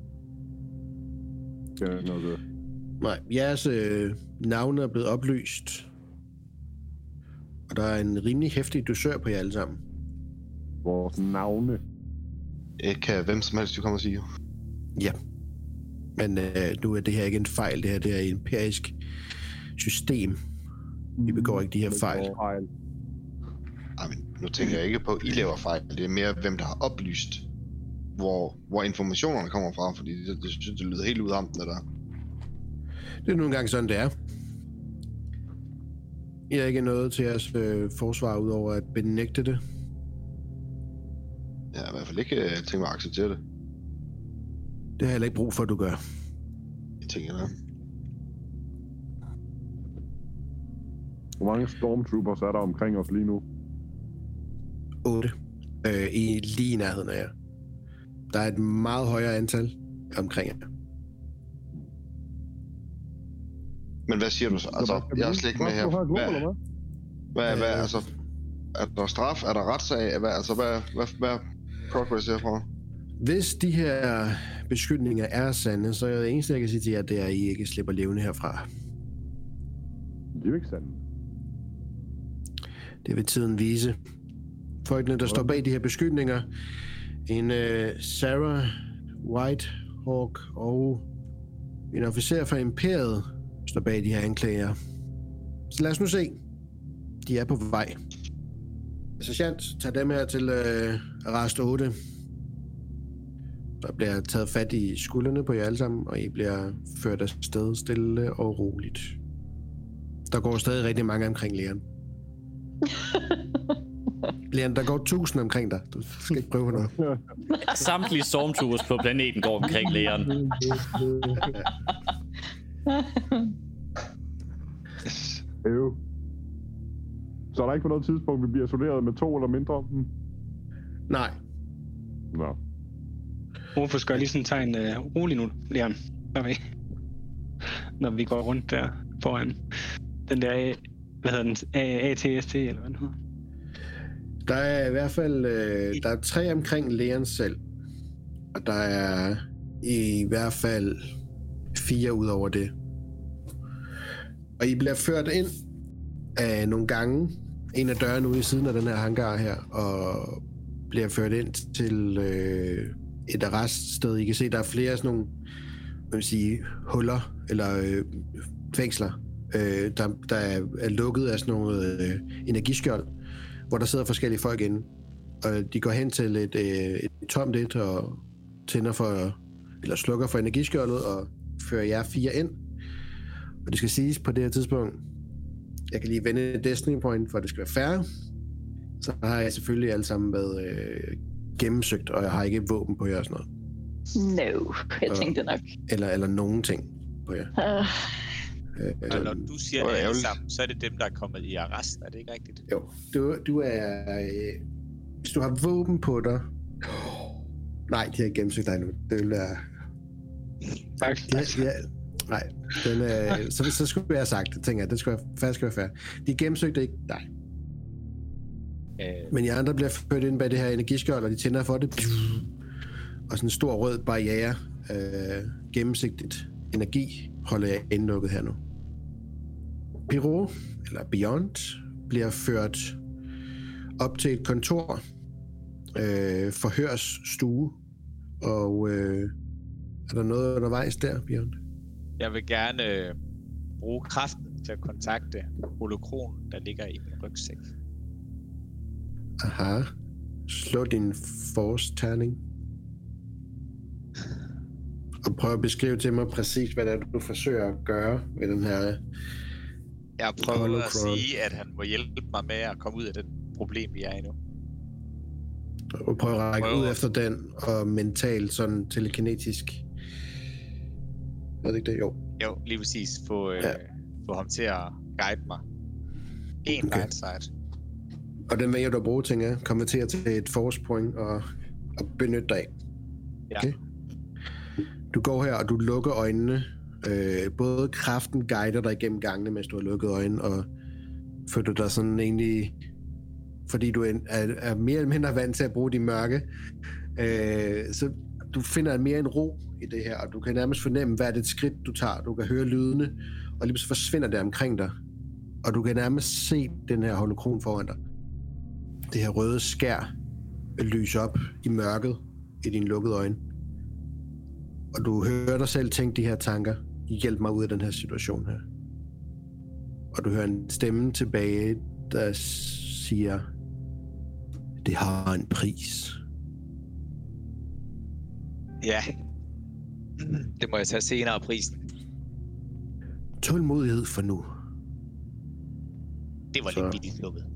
Ja, noget. Nej, jeres øh, navne er blevet oplyst. Og der er en rimelig heftig dusør på jer alle sammen. Vores navne. Det kan hvem som helst, du kommer og sige. Ja. Men øh, nu er det her ikke en fejl. Det her det er et empirisk system. Vi begår ikke de her fejl. Ej, men nu tænker jeg ikke på, at I laver fejl. Det er mere, hvem der har oplyst, hvor, hvor informationerne kommer fra. Fordi det, det synes det lyder helt ud af hampen, det der. Det er nu engang sådan, det er. I har ikke noget til jeres øh, forsvar, udover at benægte det. Jeg har i hvert fald ikke øh, tænkt mig at acceptere det. Det har jeg heller ikke brug for, at du gør. Jeg tænker det. Hvor mange stormtroopers er der omkring os lige nu? otte. Øh, I lige i nærheden af jer. Der er et meget højere antal omkring jer. Men hvad siger du så? Altså, jeg er slet ikke med her. Hvad, hvad, hvad, altså, er der straf? Er der retssag? Hvad, altså, hvad, hvad, hvad progress herfra? Hvis de her beskyldninger er sande, så er det eneste, jeg kan sige til jer, det er, at I ikke slipper levende herfra. Det er jo ikke sandt. Det vil tiden vise. Folkene, der står bag de her beskyldninger, en uh, Sarah Whitehawk og en officer fra Imperiet står bag de her anklager. Så lad os nu se. De er på vej. Sergeant, tag dem her til uh, arrest otte. Der bliver taget fat i skuldrene på jer alle sammen, og I bliver ført af sted stille og roligt. Der går stadig rigtig mange omkring læren. Leon, der går tusind omkring dig. Du skal ikke prøve noget. Samtlige stormtroopers på planeten går omkring Leon. Øv. Så er der ikke på noget tidspunkt, vi bliver isoleret med to eller mindre om dem? Nej. Nå. Hvorfor skal jeg lige sådan en tegn uh, rolig nu, Leon? Når vi, når vi går rundt der foran den der, hvad hedder den, A T S T, eller hvad den hedder? Der er i hvert fald øh, der er tre omkring Leon selv. Og der er i hvert fald fire ud over det. Og I bliver ført ind af nogle gange. En af dørene ude i siden af den her hangar her. Og bliver ført ind til øh, et arreststed. I kan se, der er flere sådan nogle, hvad vil sige, huller eller øh, fængsler, øh, der, der er, er lukket af sådan nogle øh, energiskjold, hvor der sidder forskellige folk inde. Og de går hen til et, øh, et tomt et og tænder for, eller slukker for energiskjoldet og fører jer fire ind. Og det skal siges på det her tidspunkt, jeg kan lige vende et Destiny Point, for at det skal være fair. Så har jeg selvfølgelig alle sammen været øh, gennemsøgt, og jeg har ikke våben på jer og sådan noget. No, jeg og, tænkte nok. Eller, eller nogen ting på jer. Uh. Øh, og når du siger det alle sammen, så er det dem, der er kommet i arrest, er det ikke rigtigt? Jo, du, du er... Øh, hvis du har våben på dig... Oh, nej, de har ikke gennemsøgt dig nu. Det vil være... Tak. De har, de har, nej, den, øh, så, så skulle jeg have sagt det, tænker jeg. Det skulle være, faktisk skal være fair. De gennemsøgte ikke dig. Øh. Men de andre bliver ført ind bag det her energiskjold, og de tænder for det. Og sådan en stor rød barriere, øh, gennemsigtigt energi, holder jeg indlukket her nu. Piro, eller Beyond, bliver ført op til et kontor, øh, forhørsstue, og øh, er der noget undervejs der, Beyond? Jeg vil gerne øh, bruge kraften til at kontakte holokronen, der ligger i min rygsæk. Aha. Slå din force-terning. Og prøv at beskrive til mig præcis, hvad det er, du forsøger at gøre med den her... Jeg prøver at sige, at han må hjælpe mig med at komme ud af det problem, vi er i nu. Og prøv at række prøv. ud efter den, og mentalt, sådan telekinetisk. Er det ikke det? Jo. Jo, lige præcis. Få, øh, ja. få ham til at guide mig. En okay. Night side. Og den vælger du at bruge, tænker jeg, konvertere til et force point og, og benytte dig af. Okay? Ja. Du går her, og du lukker øjnene. Øh, både kraften guider dig igennem gangene, mens du har lukket øjnene, og føler dig sådan egentlig, fordi du er, er mere eller mindre vant til at bruge de mørke, øh, så du finder mere en ro i det her, og du kan nærmest fornemme, hvad er det skridt, du tager. Du kan høre lydene, og lige så forsvinder det omkring dig. og du kan nærmest se den her holokron foran dig. Det her røde skær lyser op i mørket i dine lukkede øjne. Og du hører dig selv tænke de her tanker. Hjælp mig ud af den her situation her. Og du hører en stemme tilbage, der siger, det har en pris. Ja. Det må jeg tage senere, prisen. Tålmodighed for nu. Det var Så. lidt billigt lukket.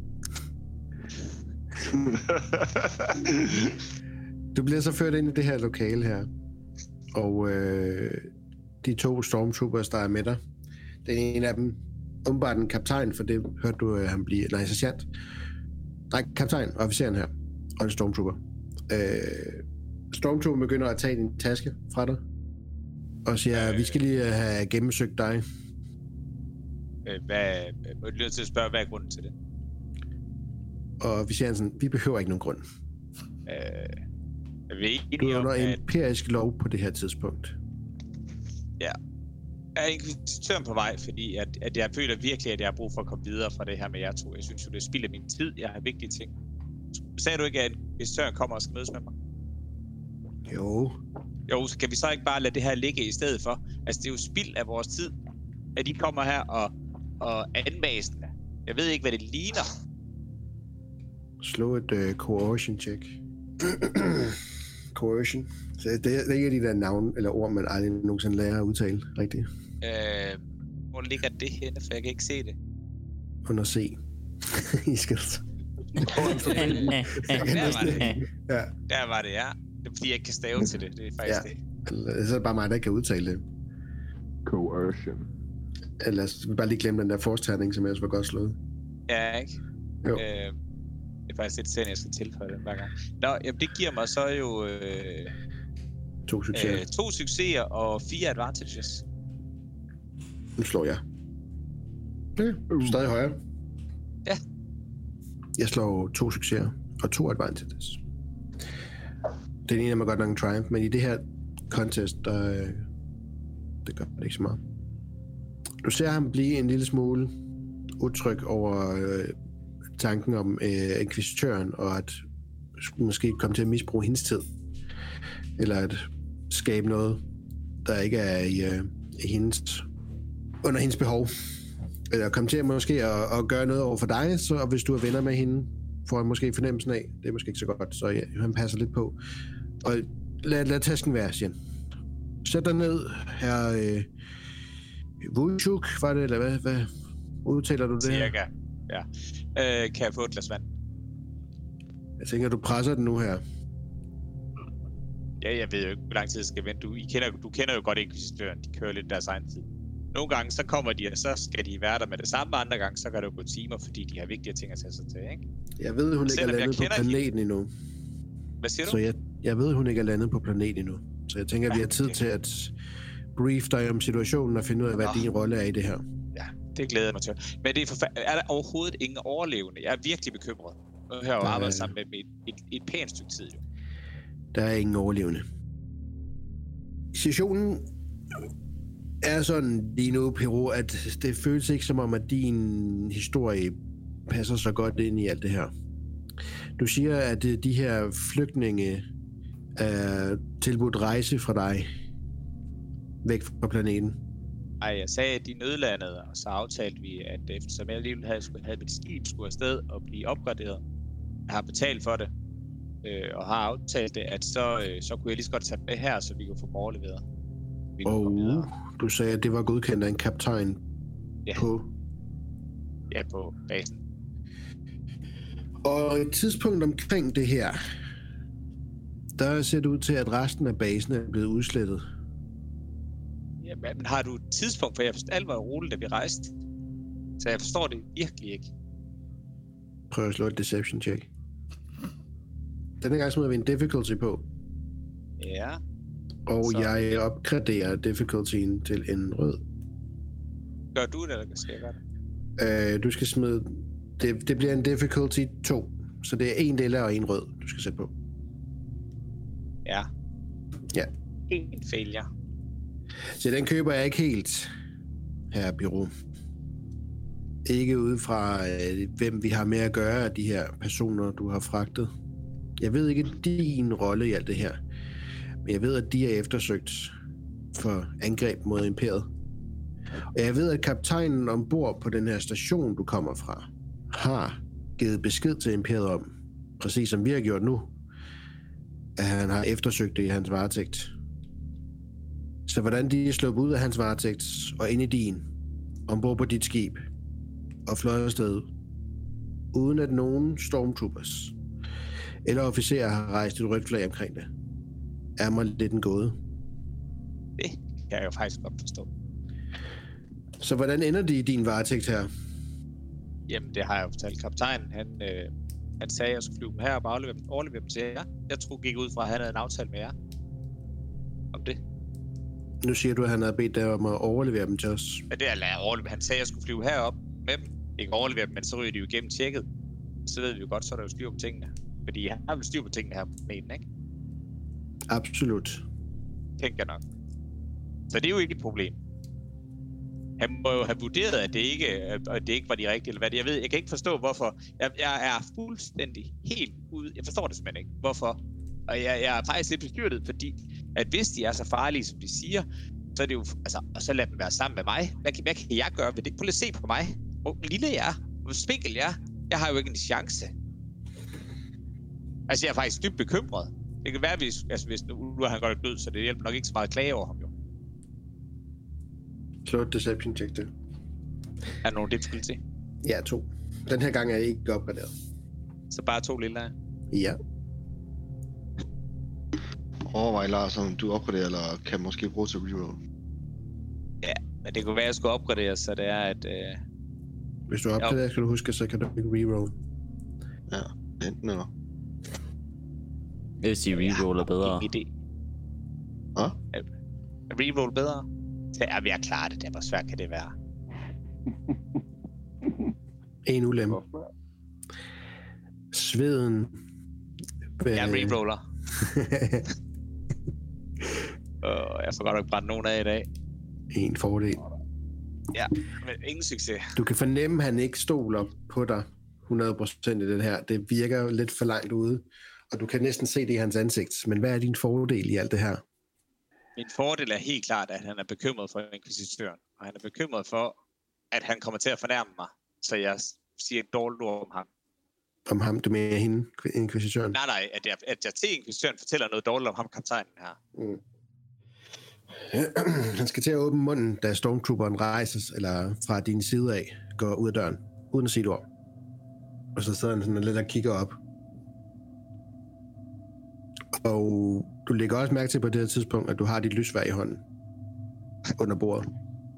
Du bliver så ført ind i det her lokale her. Og øh, de to stormtroopers, der er med dig. Den ene af dem, åbenbart en kaptajn, for det hørte du, øh, han blive... Nej, sergeant. Nej, kaptajn, officeren her. Og en stormtrooper. Øh, stormtrooper begynder at tage din taske fra dig. Og siger, øh, vi skal lige have gennemsøgt dig. Øh, hvad... Må jeg nødt til at spørge, hvad er grunden til det? Og vi siger sådan, vi behøver ikke nogen grund. Øh, er vi ikke Du enige er om, under at... empirisk lov på det her tidspunkt. Ja. Jeg er inkvisitøren på vej, fordi at, at jeg føler virkelig, at jeg har brug for at komme videre fra det her med jer to. Jeg synes jo, det spilder min tid. Jeg har vigtige ting. Sagde du ikke, at inkvisitøren kommer og skal mødes med mig? Jo. Jo, så kan vi så ikke bare lade det her ligge i stedet for? Altså, det er jo spild af vores tid, at de kommer her og, og anmasende. Jeg ved ikke, hvad det ligner. Slå et uh, coercion check. Coercion. Så det, det er ikke de der navn eller ord, man aldrig nogensinde lærer at udtale rigtigt. Øh, hvor ligger det henne, for jeg kan ikke se det. Under C. I skal så. Der var det. Ja. Der var det, ja. Det er fordi, jeg ikke kan stave til det. Det er faktisk Ja. det. Eller, så er det bare mig, der ikke kan udtale det. Coercion. Eller så bare lige glemme den der forsterning, som ellers var godt slået. Ja, ikke? Jo. Øh, det er faktisk lidt sent, jeg skal tilføje den hver gang. Nå, jamen det giver mig så jo øh, To succeser. øh, to succeser og fire advantages. Nu slår jeg. Ja, du er stadig højere. Ja. Jeg slår to succeser og to advantages. Den ene er mig godt nok en triumph, men i det her contest, der, øh, det gør det ikke så meget. Du ser ham blive en lille smule utryg over øh, tanken om øh, inkvisitøren, og at måske komme til at misbruge hendes tid. Eller at skabe noget, der ikke er i, øh, i hendes, under hendes behov. Eller komme til at måske at, at gøre noget over for dig, så, og hvis du er venner med hende, får han måske fornemmelsen af, det er måske ikke så godt, så ja, han passer lidt på. Og lad, lad tasken være, siger han. Sæt dig ned, her øh, Vuchuk, var det, eller hvad, hvad udtaler du det her? Cirka, ja. Øh, kan jeg få et glas vand? Jeg tænker, du presser den nu her. Ja, jeg ved jo ikke, hvor lang tid jeg skal vente. Du, I kender, du kender jo godt inkvisitøren. De kører lidt deres egen tid. Nogle gange, så kommer de, og så skal de være der med det samme. Andre gange, så kan det jo gå timer, fordi de har vigtige ting at tage sig til, ikke? Jeg ved, hun ikke er landet på planeten endnu. Hvad siger du? Så jeg, jeg ved, hun ikke er landet på planeten endnu. Så jeg tænker, at vi har tid til at brief dig om situationen og finde ud af, hvad din rolle er i det her. Ja, det glæder jeg mig til. Men det er, forfa- er der overhovedet ingen overlevende? Jeg er virkelig bekymret. Nu har jeg jo arbejdet sammen med dem et, et, et pænt stykke tid, jo. Der er ingen overlevende. Situationen er sådan lige nu, Pero, at det føles ikke som om, at din historie passer så godt ind i alt det her. Du siger, at de her flygtninge er tilbudt rejse fra dig væk fra planeten. Ej, jeg sagde, at de nødlandede, og så aftalte vi, at eftersom jeg alligevel havde, havde mit skib skulle afsted og blive opgraderet, jeg har betalt for det, øh, og har aftalt det, at så, øh, så kunne jeg lige så godt tage med her, så vi kunne få dem overleveret. Vi kunne komme videre. Og du sagde, at det var godkendt af en kaptajn Ja. på... Ja, på basen. Og et tidspunkt omkring det her, der ser det ud til, at resten af basen er blevet udslettet. Ja, men har du et tidspunkt, for jeg forstår, alt var roligt, da vi rejste. Så jeg forstår det virkelig ikke. Prøv at slå et deception check. Denne gang smider vi en difficulty på, Ja. og Så- jeg opgraderer difficultyen til en rød. Gør du det, eller skal jeg gøre det? Uh, du skal smide... Det, det bliver en difficulty to, så det er en lilla og en rød, du skal sætte på. Ja. Ja. En failure. Så den køber jeg ikke helt, her Biro. Ikke ud fra, øh, hvem vi har med at gøre af de her personer, du har fragtet. Jeg ved ikke din rolle i alt det her. Men jeg ved, at de er eftersøgt for angreb mod imperiet. Og jeg ved, at kaptajnen ombord på den her station, du kommer fra, har givet besked til imperiet om, præcis som vi har gjort nu, at han har eftersøgt det i hans varetægt. Så hvordan de er sluppet ud af hans varetægt og ind i din, ombord på dit skib, og fløjet afsted, uden at nogen stormtroopers eller officerer har rejst et rødt flag omkring det, er mig lidt en gåde. Det kan jeg jo faktisk godt forstå. Så hvordan ender de i din varetægt her? Jamen, det har jeg jo fortalt kaptajnen. Han, øh, han sagde, at jeg skulle flyve dem her og overlevere dem, overlevere dem til jer. Jeg tror, gik ud fra, at han havde en aftale med jer. Om det. Nu siger du, at han havde bedt dig om at overlevere dem til os. Ja, det er at overlevere. Han sagde, at jeg skulle flyve herop med dem. Ikke overlevere dem, men så ryger de jo igennem tjekket. Så ved vi jo godt, så er der jo styr på tingene. Fordi han har vel styr på tingene her på planeten, ikke? Absolut. Tænker jeg nok. Så det er jo ikke et problem. Han må jo have vurderet, at det ikke, at det ikke var de rigtige, eller hvad det. Jeg ved, jeg kan ikke forstå, hvorfor. Jeg, jeg er fuldstændig helt ude. Jeg forstår det simpelthen ikke. Hvorfor? Og jeg, jeg er faktisk lidt bestyrtet, fordi at hvis de er så farlige, som de siger, så er det jo, altså, og så lad dem være sammen med mig. Hvad, hvad kan jeg gøre ved det? Prøv lige at se på mig. Hvor lille jeg er. Hvor spinkel jeg er. Jeg har jo ikke en chance. Altså, jeg er faktisk dybt bekymret. Det kan være, hvis, altså, hvis nu, nu er han godt død, så det hjælper nok ikke så meget at klage over ham, jo. Slå et deception check det. Er der nogen difficulty? Ja, to. Den her gang er jeg ikke opgraderet. Så bare to lille af? Ja. Overvej, Lars, om du opgraderer, eller kan måske bruge til reroll. Ja, men det kunne være, at jeg skulle opgradere, så det er, at... Øh... Hvis du opgraderer, skal du huske, så kan du ikke reroll. Ja, enten eller. Jeg vil sige, reroll er bedre. Ingen idé. Hvad? Reroll bedre? Så er vi at klare det, der. Hvor svært kan det være? En ulemme. Sveden. Jeg reroller. uh, jeg får godt nok brændt nogen af i dag. En fordel. Ja, men ingen succes. Du kan fornemme, at han ikke stoler på dig hundrede procent i det her. Det virker lidt for langt ude, og du kan næsten se det i hans ansigt. Men hvad er din fordel i alt det her? Min fordel er helt klart, at han er bekymret for inkvisitøren. Og han er bekymret for, at han kommer til at fornærme mig. Så jeg siger et dårligt ord om ham. Om ham, du mener hende, inkvisitøren? Nej, nej, at jeg, at jeg til inkvisitøren fortæller noget dårligt om ham, kaptajnen her. Mm. Han skal til at åbne munden, da stormtrooperen rejses, eller fra din side af, går ud af døren, uden at sige et ord. Og så sidder han sådan lidt og kigger op. Og du lægger også mærke til på det her tidspunkt, at du har dit lysværd i hånden. Under bordet.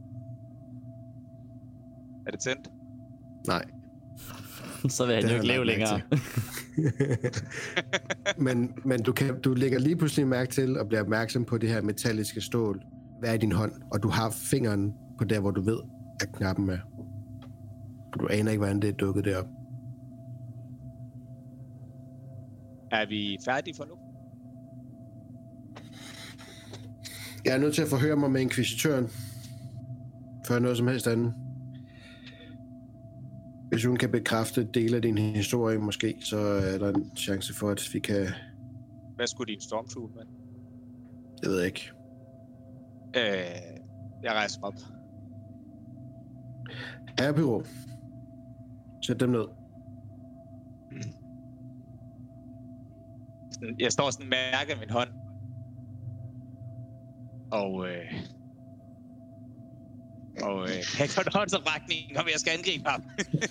Er det tændt? Nej. Så vil han jo ikke leve længere. men men du, kan, du lægger lige pludselig mærke til og bliver opmærksom på det her metalliske stål. Hvad er i din hånd? Og du har fingeren på der, hvor du ved, at knappen er. Du aner ikke, hvordan det er dukket derop. Er vi færdige for nu? Jeg er nødt til at forhøre mig med inkvisitøren. Før noget som helst andet. Hvis hun kan bekræfte dele af din historie måske, så er der en chance for, at vi kan... Hvad skulle din stormtrooper med? Jeg ved ikke. Øh, jeg rejser mig op. Herrebyrå. Sæt dem ned. Jeg står sådan og mærker min hånd. Og... Øh, og øh, jeg kan godt håndsoprækning, om jeg skal angribe ham.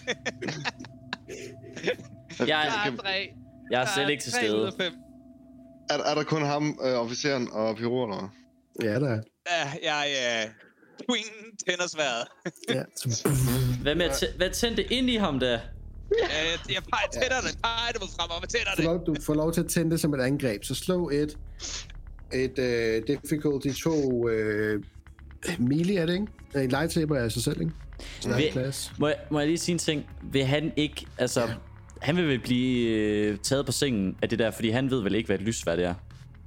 jeg, jeg, jeg er selv ikke til stede. Er, er der kun ham, øh, officeren og Pyro, eller? Ja, der er. Ja, jeg øh, twing tænder sværet. Ja. Hvad med at tæ- hvad tændte ind i ham da? Jeg, jeg peger tænderne, jeg peger det mod frem og tænderne. Du får lov til at tænde det som et angreb, så slå et, et uh, difficulty to uh, melee, er det ikke? En lightsaber af sig selv, ikke? Vil, må, jeg, må jeg lige sige en ting? Vil han ikke, altså, ja. Han vil vel blive øh, taget på sengen af det der, fordi han ved vel ikke, hvad et lysværd er.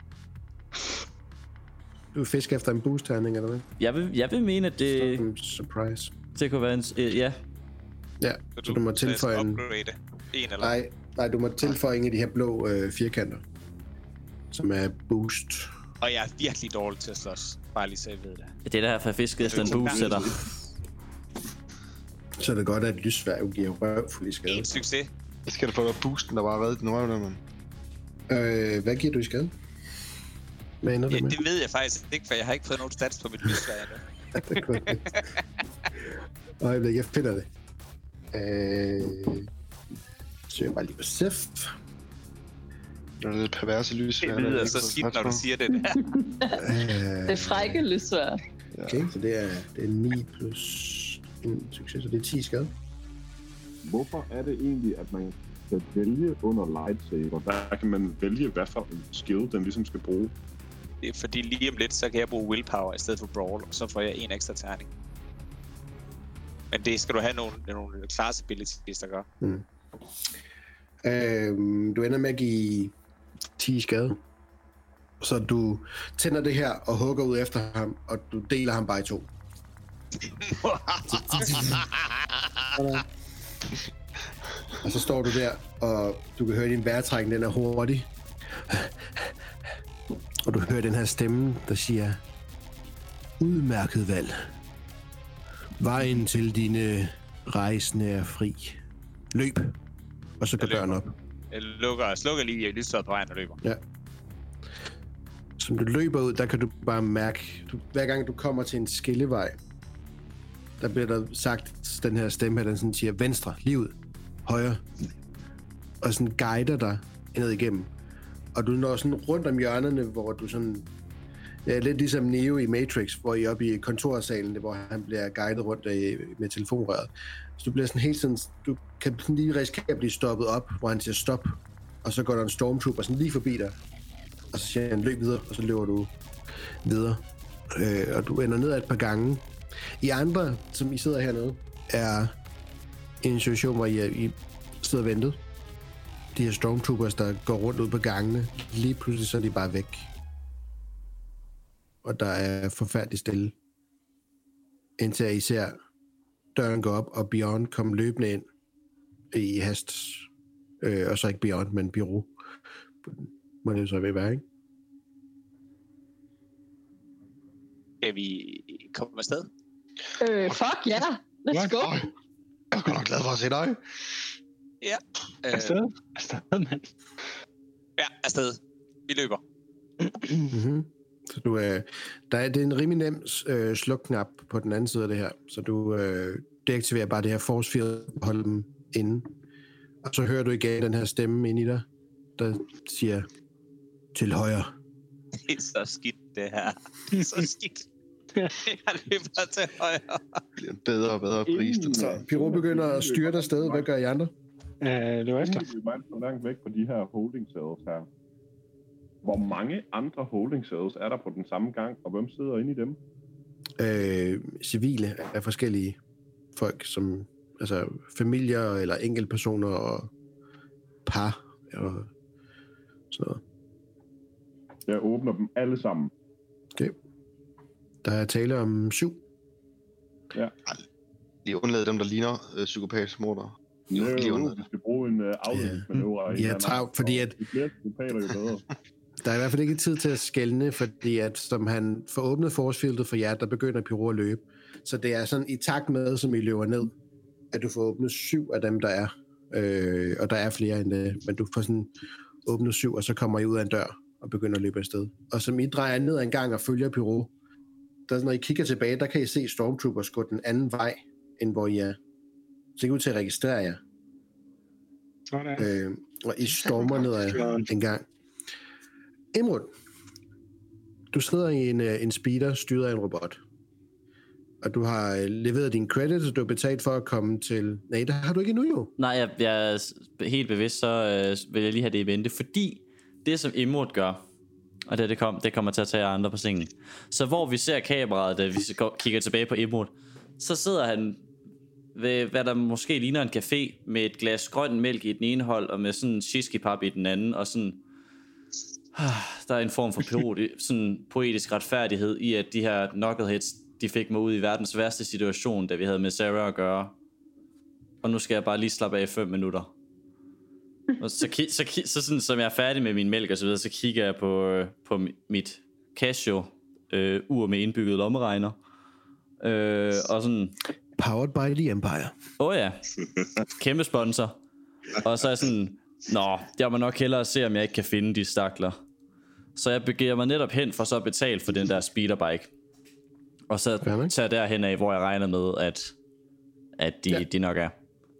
Du fisker efter en boost-terning, eller hvad? Jeg vil, jeg vil mene, at det... Surprise. Det kunne være en... Øh, ja. Ja, så du, du må tilføje en... en eller... Nej, nej, du må tilføje en af de her blå øh, firkanter, som er boost. Og jeg er virkelig dårlig til at slås. Bare lige så jeg ved det. Det er der for fisket efter en boost sætter. Så er det godt, at lysværv giver røvfuld i skade. En succes. Jeg skal da få dig boosten, der bare reddet den røv der, mand. Øh, hvad giver du i skade? Hvad ender Ja, det med? det ved jeg faktisk ikke, for jeg har ikke fået nogen stats på mit lysværv endnu. Øjeblik, jeg finder det. Øh... Så jeg bare lige på Sif. Det er lidt perverse lysvær. Det lyder så skidt, når du siger det der. Øh... Det er frække lysvær. Okay, så det er, det er ni plus en succes, så det er ti skade. Hvorfor er det egentlig, at man kan vælge under lightsaber? Der kan man vælge, hvad for en skill, den ligesom skal bruge. Det er fordi lige om lidt, så kan jeg bruge willpower i stedet for brawl, og så får jeg en ekstra terning. Men det skal du have nogle, nogle class abilities, der gør. Mm. Øhm, du ender med at give ti skade. Så du tænder det her og hugger ud efter ham, og du deler ham bare i to. Og så står du der, og du kan høre din vejrtrækning, den er hurtig. Og du hører den her stemme, der siger: udmærket valg. Vejen til dine rejsende er fri. Løb. Og så går døren op. Jeg lukker og slukker lige i lysstøjet på vejen og løber. Ja. Som du løber ud, der kan du bare mærke, du, hver gang du kommer til en skillevej, der bliver der sagt, den her stemme her, den sådan siger, venstre, lige ud, højre, og sådan guider dig ned igennem. Og du når sådan rundt om hjørnerne, hvor du sådan, ja, lidt ligesom Neo i Matrix, hvor I er oppe i kontorsalen, hvor han bliver guidet rundt med telefonrøret. Så du bliver sådan helt sådan, du kan sådan lige risikere at blive stoppet op, hvor han siger stop, og så går der en stormtrooper sådan lige forbi dig, og så siger han løb videre, og så løber du videre. Øh, og du ender ned et par gange. I andre, som I sidder hernede, er en situation, hvor I, I sidder og venter. De her stormtroopers, der går rundt ud på gangene, lige pludselig så er de bare væk. Og der er forfærdeligt stille. Indtil I ser døren gå op, og Beyond kommer løbende ind i hast. Øh, og så ikke Beyond, men Bureau. Må det så være, ikke? Skal vi komme afsted? Øh, fuck ja. Yeah. Let's go. Jeg er godt nok glad for at se dig. Ja. Øh, Afsted? Afsted, mand. ja, afsted. Vi løber. Mm-hmm. Så du, øh, der er, det er en rimelig nem øh, slukknap på den anden side af det her. Så du øh, deaktiverer bare det her force field og holder dem inde. Og så hører du igen den her stemme ind i dig, der siger, til højre. Det er så skidt, det her. Det er så skidt. Jeg løber til højre. Det bliver en bedre og bedre pris. Så Piro begynder at styre dig sted. Hvad gør I andre? Uh, det var efter. Vi er meget så langt væk fra de her holding cells her. Hvor mange andre holding cells er der på den samme gang, og hvem sidder inde i dem? Øh, civile er forskellige folk, som altså familier eller enkeltpersoner og par og sådan noget. Jeg åbner dem alle sammen. Okay. Der er tale om syv. Ja. Lige undlade dem, der ligner øh, psykopatsmorder. Jo, Lige jo, undlade vi skal bruge en uh, afledningsmanøvre. Ja, ja travlt, fordi at jo flere psykopater, jo bedre. der er i hvert fald ikke tid til at skelne, fordi at som han får åbnet forcefieldet for jer, der begynder Piro at løbe. Så det er sådan i takt med, som I løber ned, at du får åbnet syv af dem, der er. Øh, og der er flere end det, men du får sådan åbnet syv, og så kommer I ud af en dør og begynder at løbe afsted. Og som I drejer ned en gang og følger Piro, der, når I kigger tilbage, der kan I se Stormtroopers gå den anden vej, end hvor I er. Så I kan ud til at registrere jer. Sådan. Øh, og I stormer ned ad en gang. Imrud, du sidder i en, en speeder, styret af en robot. Og du har leveret din credit, og du har betalt for at komme til... Nej, det har du ikke endnu jo. Nej, jeg, jeg er helt bevidst, så øh, vil jeg lige have det i vente, fordi det, som Imrud gør, og det, det, kom, det kommer til at tage andre på sengen. Så hvor vi ser kameraet, da vi kigger tilbage på Imrud, så sidder han ved, hvad der måske ligner en café, med et glas grøn mælk i den ene hold, og med sådan en shiskipap i den anden, og sådan... Der er en form for sådan poetisk retfærdighed i, at de her knuckleheads, de fik mig ud i verdens værste situation, da vi havde med Sarah at gøre. og nu skal jeg bare lige slappe af i fem minutter. Og så, ki- så, ki- så sådan, som jeg er færdig med min mælk og så videre, så kigger jeg på, på mit Casio øh, ur med indbygget lommeregner. Øh, og sådan... Powered by the Empire. Åh oh ja, kæmpe sponsor. Og så er jeg sådan, nå, jeg må nok hellere se, om jeg ikke kan finde de stakler. Så jeg begiver mig netop hen for så at betale for den der speederbike. Og så tager jeg derhen af, hvor jeg regner med, at, at de, ja. de nok er.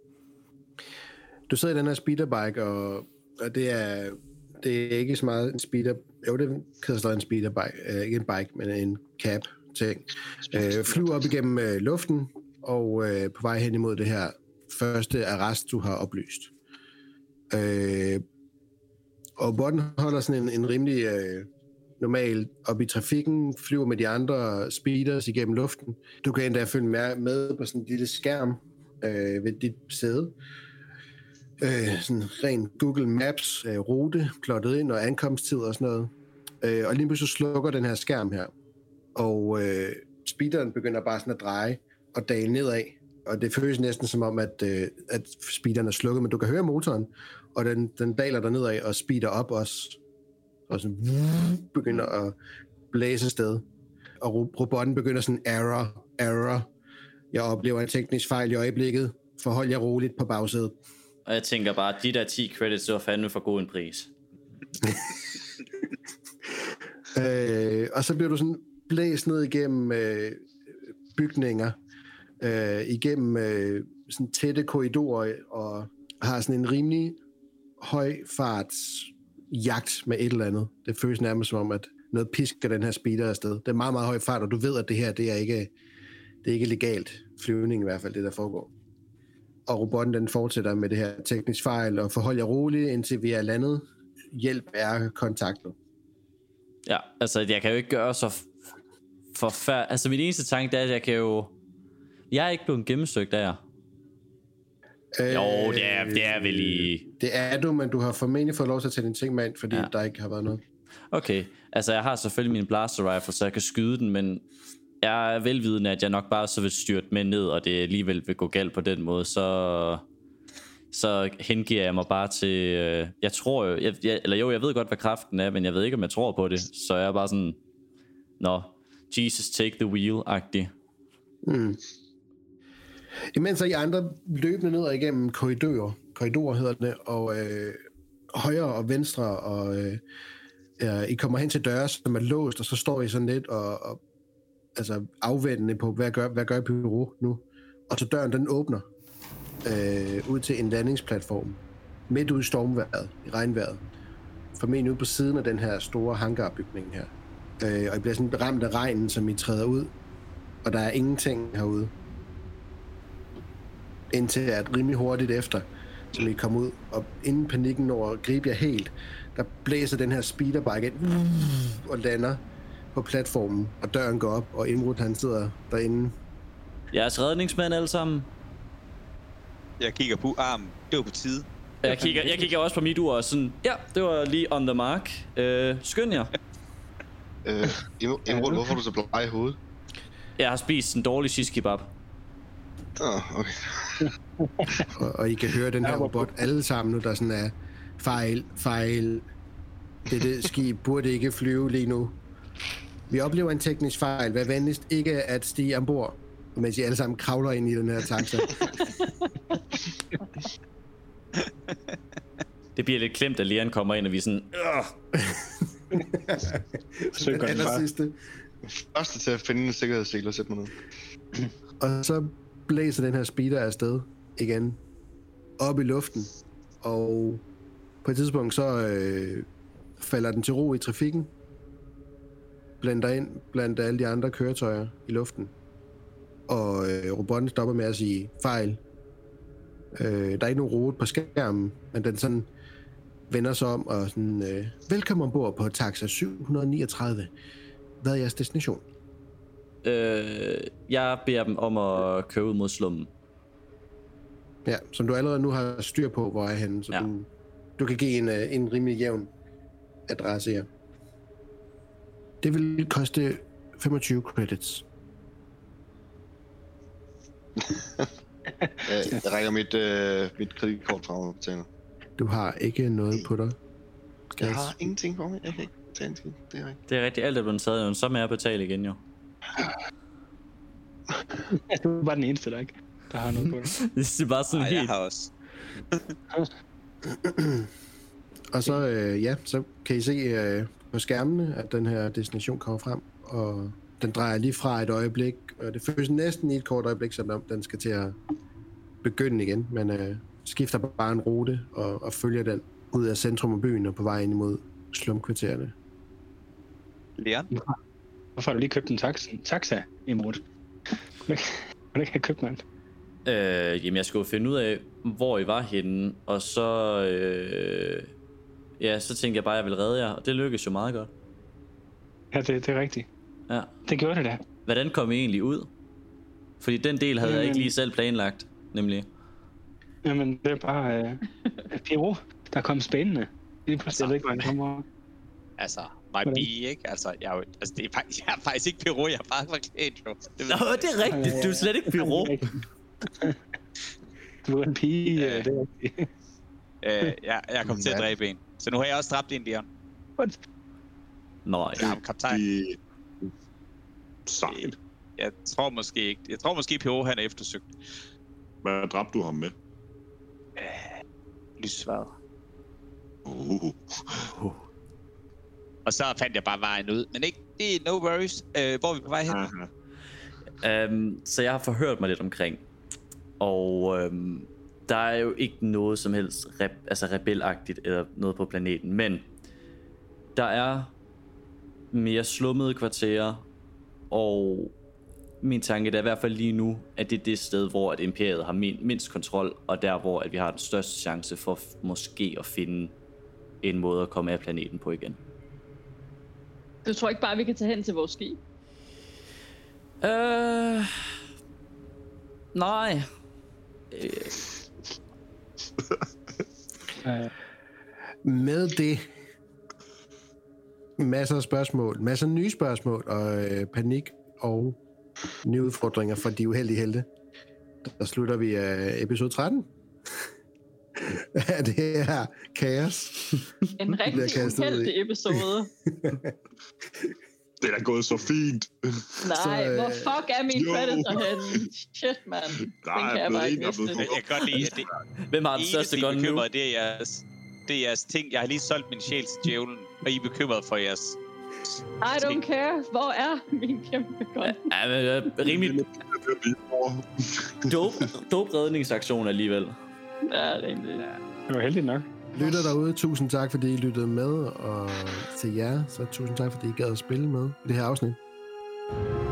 Du sidder i den her speederbike, og, og det er det er ikke så meget en speeder... Jo, det hedder stadig en speederbike. Uh, ikke en bike, men en cab-ting. Uh, flyver op igennem uh, luften, og uh, på vej hen imod det her første arrest, du har oplyst. Uh, og Botten holder sådan en, en rimelig uh, normal op i trafikken, flyver med de andre speeders igennem luften. Du kan endda følge med, med på sådan en lille skærm uh, ved dit sæde. Uh, sådan ren Google Maps uh, rute plottet ind og ankomsttid og sådan noget. Uh, og lige pludselig slukker den her skærm her. Og uh, speederen begynder bare sådan at dreje og dale nedad. Og det føles næsten som om, at, uh, at speederen er slukket, men du kan høre motoren, og den, den daler der nedad og speeder op også. Og sådan begynder at blæse afsted. Og robotten begynder sådan, error, error. Jeg oplever en teknisk fejl i øjeblikket. Forhold jer roligt på bagsædet. Og jeg tænker bare, at de der ti credits, det var fandme for god en pris. øh, og så bliver du sådan blæst ned igennem øh, bygninger, øh, igennem øh, sådan tætte korridorer, og har sådan en rimelig høj farts jagt med et eller andet. Det føles nærmest som om, at noget pisker den her speeder afsted. Det er meget, meget høj fart, og du ved, at det her, det er ikke, det er ikke legalt flyvning i hvert fald, det der foregår. Og robotten den fortsætter med det her teknisk fejl, og forhold jer roligt, indtil vi er landet. Hjælp er kontaktet. Ja, altså jeg kan jo ikke gøre så forfærdeligt. Altså min eneste tanke er, at jeg kan jo... Jeg er ikke blevet gennemsøgt af jer. Øh, jo, det er, det er vel i... Det er du, men du har formentlig fået lov til at tage din ting med ind, fordi ja. Der ikke har været noget. Okay, altså jeg har selvfølgelig min blaster rifle, så jeg kan skyde den, men... Jeg er velvidende, at jeg nok bare så vil styrte med ned, og det alligevel vil gå galt på den måde, så, så hengiver jeg mig bare til, øh, jeg tror jo, jeg, jeg, eller jo, jeg ved godt, hvad kraften er, men jeg ved ikke, om jeg tror på det, så jeg er bare sådan, nå, Jesus take the wheel-agtig. Mm. Imens er I andre løbende ned og igennem korridorer, korridorer hedder det, og øh, højre og venstre, og øh, øh, I kommer hen til døre, som er låst, og så står I sådan lidt og, og altså afvendende på, hvad gør, hvad gør Pyro nu? Og så døren, den åbner øh, ud til en landingsplatform, midt ude i stormvejret, i regnvejret. Formentlig ude på siden af den her store hangarbygning her. Øh, og I bliver sådan ramt af regnen, som I træder ud, og der er ingenting herude. Indtil at rimelig hurtigt efter, som I kommer ud, og inden panikken over at gribe jer helt, der blæser den her speederbike ind, og lander på platformen, og døren går op, og Imrud, han sidder derinde. Jeres redningsmænd alle sammen. Jeg kigger på armen. Det var på tide. Jeg kigger, jeg kigger også på mit ur og sådan, ja, det var lige on the mark. Øh, skynd jer. øh, Imrud, hvorfor er du så bleg i hovedet? Jeg har spist en dårlig shish kebab. Åh, oh, okay. og, og I kan høre den her robot alle sammen nu, der sådan er fejl, fejl. Dette skib burde ikke flyve lige nu. Vi oplever en teknisk fejl. Vær venligst ikke at stige ombord, mens I alle sammen kravler ind i den her taxa. Det bliver lidt klemt, at Leon kommer ind, og vi er sådan... Så den aller sidste. Første til at finde en sikkerhedssel og sætte mig ned. Og så blæser den her speeder afsted igen. Op i luften. Og på et tidspunkt så øh, falder den til ro i trafikken. Blander ind blandt alle de andre køretøjer i luften. Og øh, robotten stopper med at sige fejl. Øh, der er ikke nogen rute på skærmen, men den sådan vender sig om og sådan, øh, velkommen ombord på taxa syv niogtredive. Hvad er jeres destination? Øh, jeg beder dem om at køre ud mod slummen. Ja, som du allerede nu har styr på, hvor er henne, så ja. du, du kan give en, en rimelig jævn adresse her. Det vil koste femogtyve credits. jeg, jeg rækker mit, øh, mit kreditkort frem og betaler. Du har ikke noget på dig. Jeg har ingenting på mig. Jeg kan ikke betale en skid. Det er rigtigt. Det er rigtigt. Alt er blevet taget, jo. Så må jeg betale igen, jo. Du er bare den eneste, der ikke der har noget på dig. Det er bare sådan Nej, helt... jeg har også. Og så, øh, ja, så kan I se øh, på skærmene, at den her destination kommer frem, og den drejer lige fra et øjeblik, og det føles næsten i et kort øjeblik, som om den skal til at begynde igen, men øh, skifter bare en rute og, og følger den ud af centrum af byen og på vej ind imod slumkvartererne. Leon? Hvorfor har du lige købt en taxa, taxa Imrud? Hvordan kan jeg købe den? Øh, jamen, jeg skulle finde ud af, hvor I var henne, og så... Øh, ja, så tænkte jeg bare, at jeg ville redde jer, og det lykkedes jo meget godt. Ja, det, det er rigtigt. Ja. Det gjorde det da. Hvordan kom I egentlig ud? Fordi den del havde jeg ikke lige selv planlagt, nemlig. Jamen, det er bare øh, Piro, der kom spændende. Det er pludselig, jeg ved ikke, hvor han kommer. Altså, my bee, ikke? Altså, jeg, er jo, altså det er faktisk, jeg er faktisk ikke Piro, jeg er bare forklædt, jo. Det Nå, det er rigtigt. Du er slet ikke Piro. Du er en pige, Øh. øh, det er rigtigt. øh, jeg, jeg kom til at dræbe en. Så nu har jeg også dræbt en, Leon. Nej. Jeg er kaptajn. Det... Sejt. Jeg tror måske ikke. Jeg tror måske, Piro han er eftersøgt. Hvad dræbte du ham med? Lyssværd. Uh. Og så fandt jeg bare vejen ud. Men ikke, det er no worries. Øh, hvor er vi på vej hen? Aha. Um, så jeg har forhørt mig lidt omkring. Og um, der er jo ikke noget som helst reb, altså rebelagtigt eller noget på planeten. Men der er mere slummede kvarterer. Og min tanke er i hvert fald lige nu, at det er det sted, hvor at imperiet har min, mindst kontrol. Og der, hvor at vi har den største chance for f- måske at finde en måde at komme af planeten på igen. Du tror ikke bare, vi kan tage hen til vores skib? Øh... Nej. Øh, Med det, masser af spørgsmål, masser af nye spørgsmål, og øh, panik og nye udfordringer for de uheldige helte. Der slutter vi af episode tretten. Det her kaos. En bliver rigtig kastet ud i. uheldig episode. Det er da gået så fint. Nej, Så, øh, hvor fuck er min jo. Predator hen? Shit, man. Den Der kan er jeg bare blevet ikke en, der er miste. blevet Jeg kan godt lide, at det Hvem har den eneste, største I gun nu? bekymrer, det er jeres, det er jeres ting. Jeg har lige solgt min sjæl til djævlen, og I er bekymret for jeres I don't care. Hvor er min kæmpe gun? Ja, men øh, rimelig dope, dope redningsaktion alligevel. Ja, det er egentlig. det var heldigt nok. Lytter derude, tusind tak, fordi I lyttede med, og til jer, så tusind tak, fordi I gad at spille med i det her afsnit.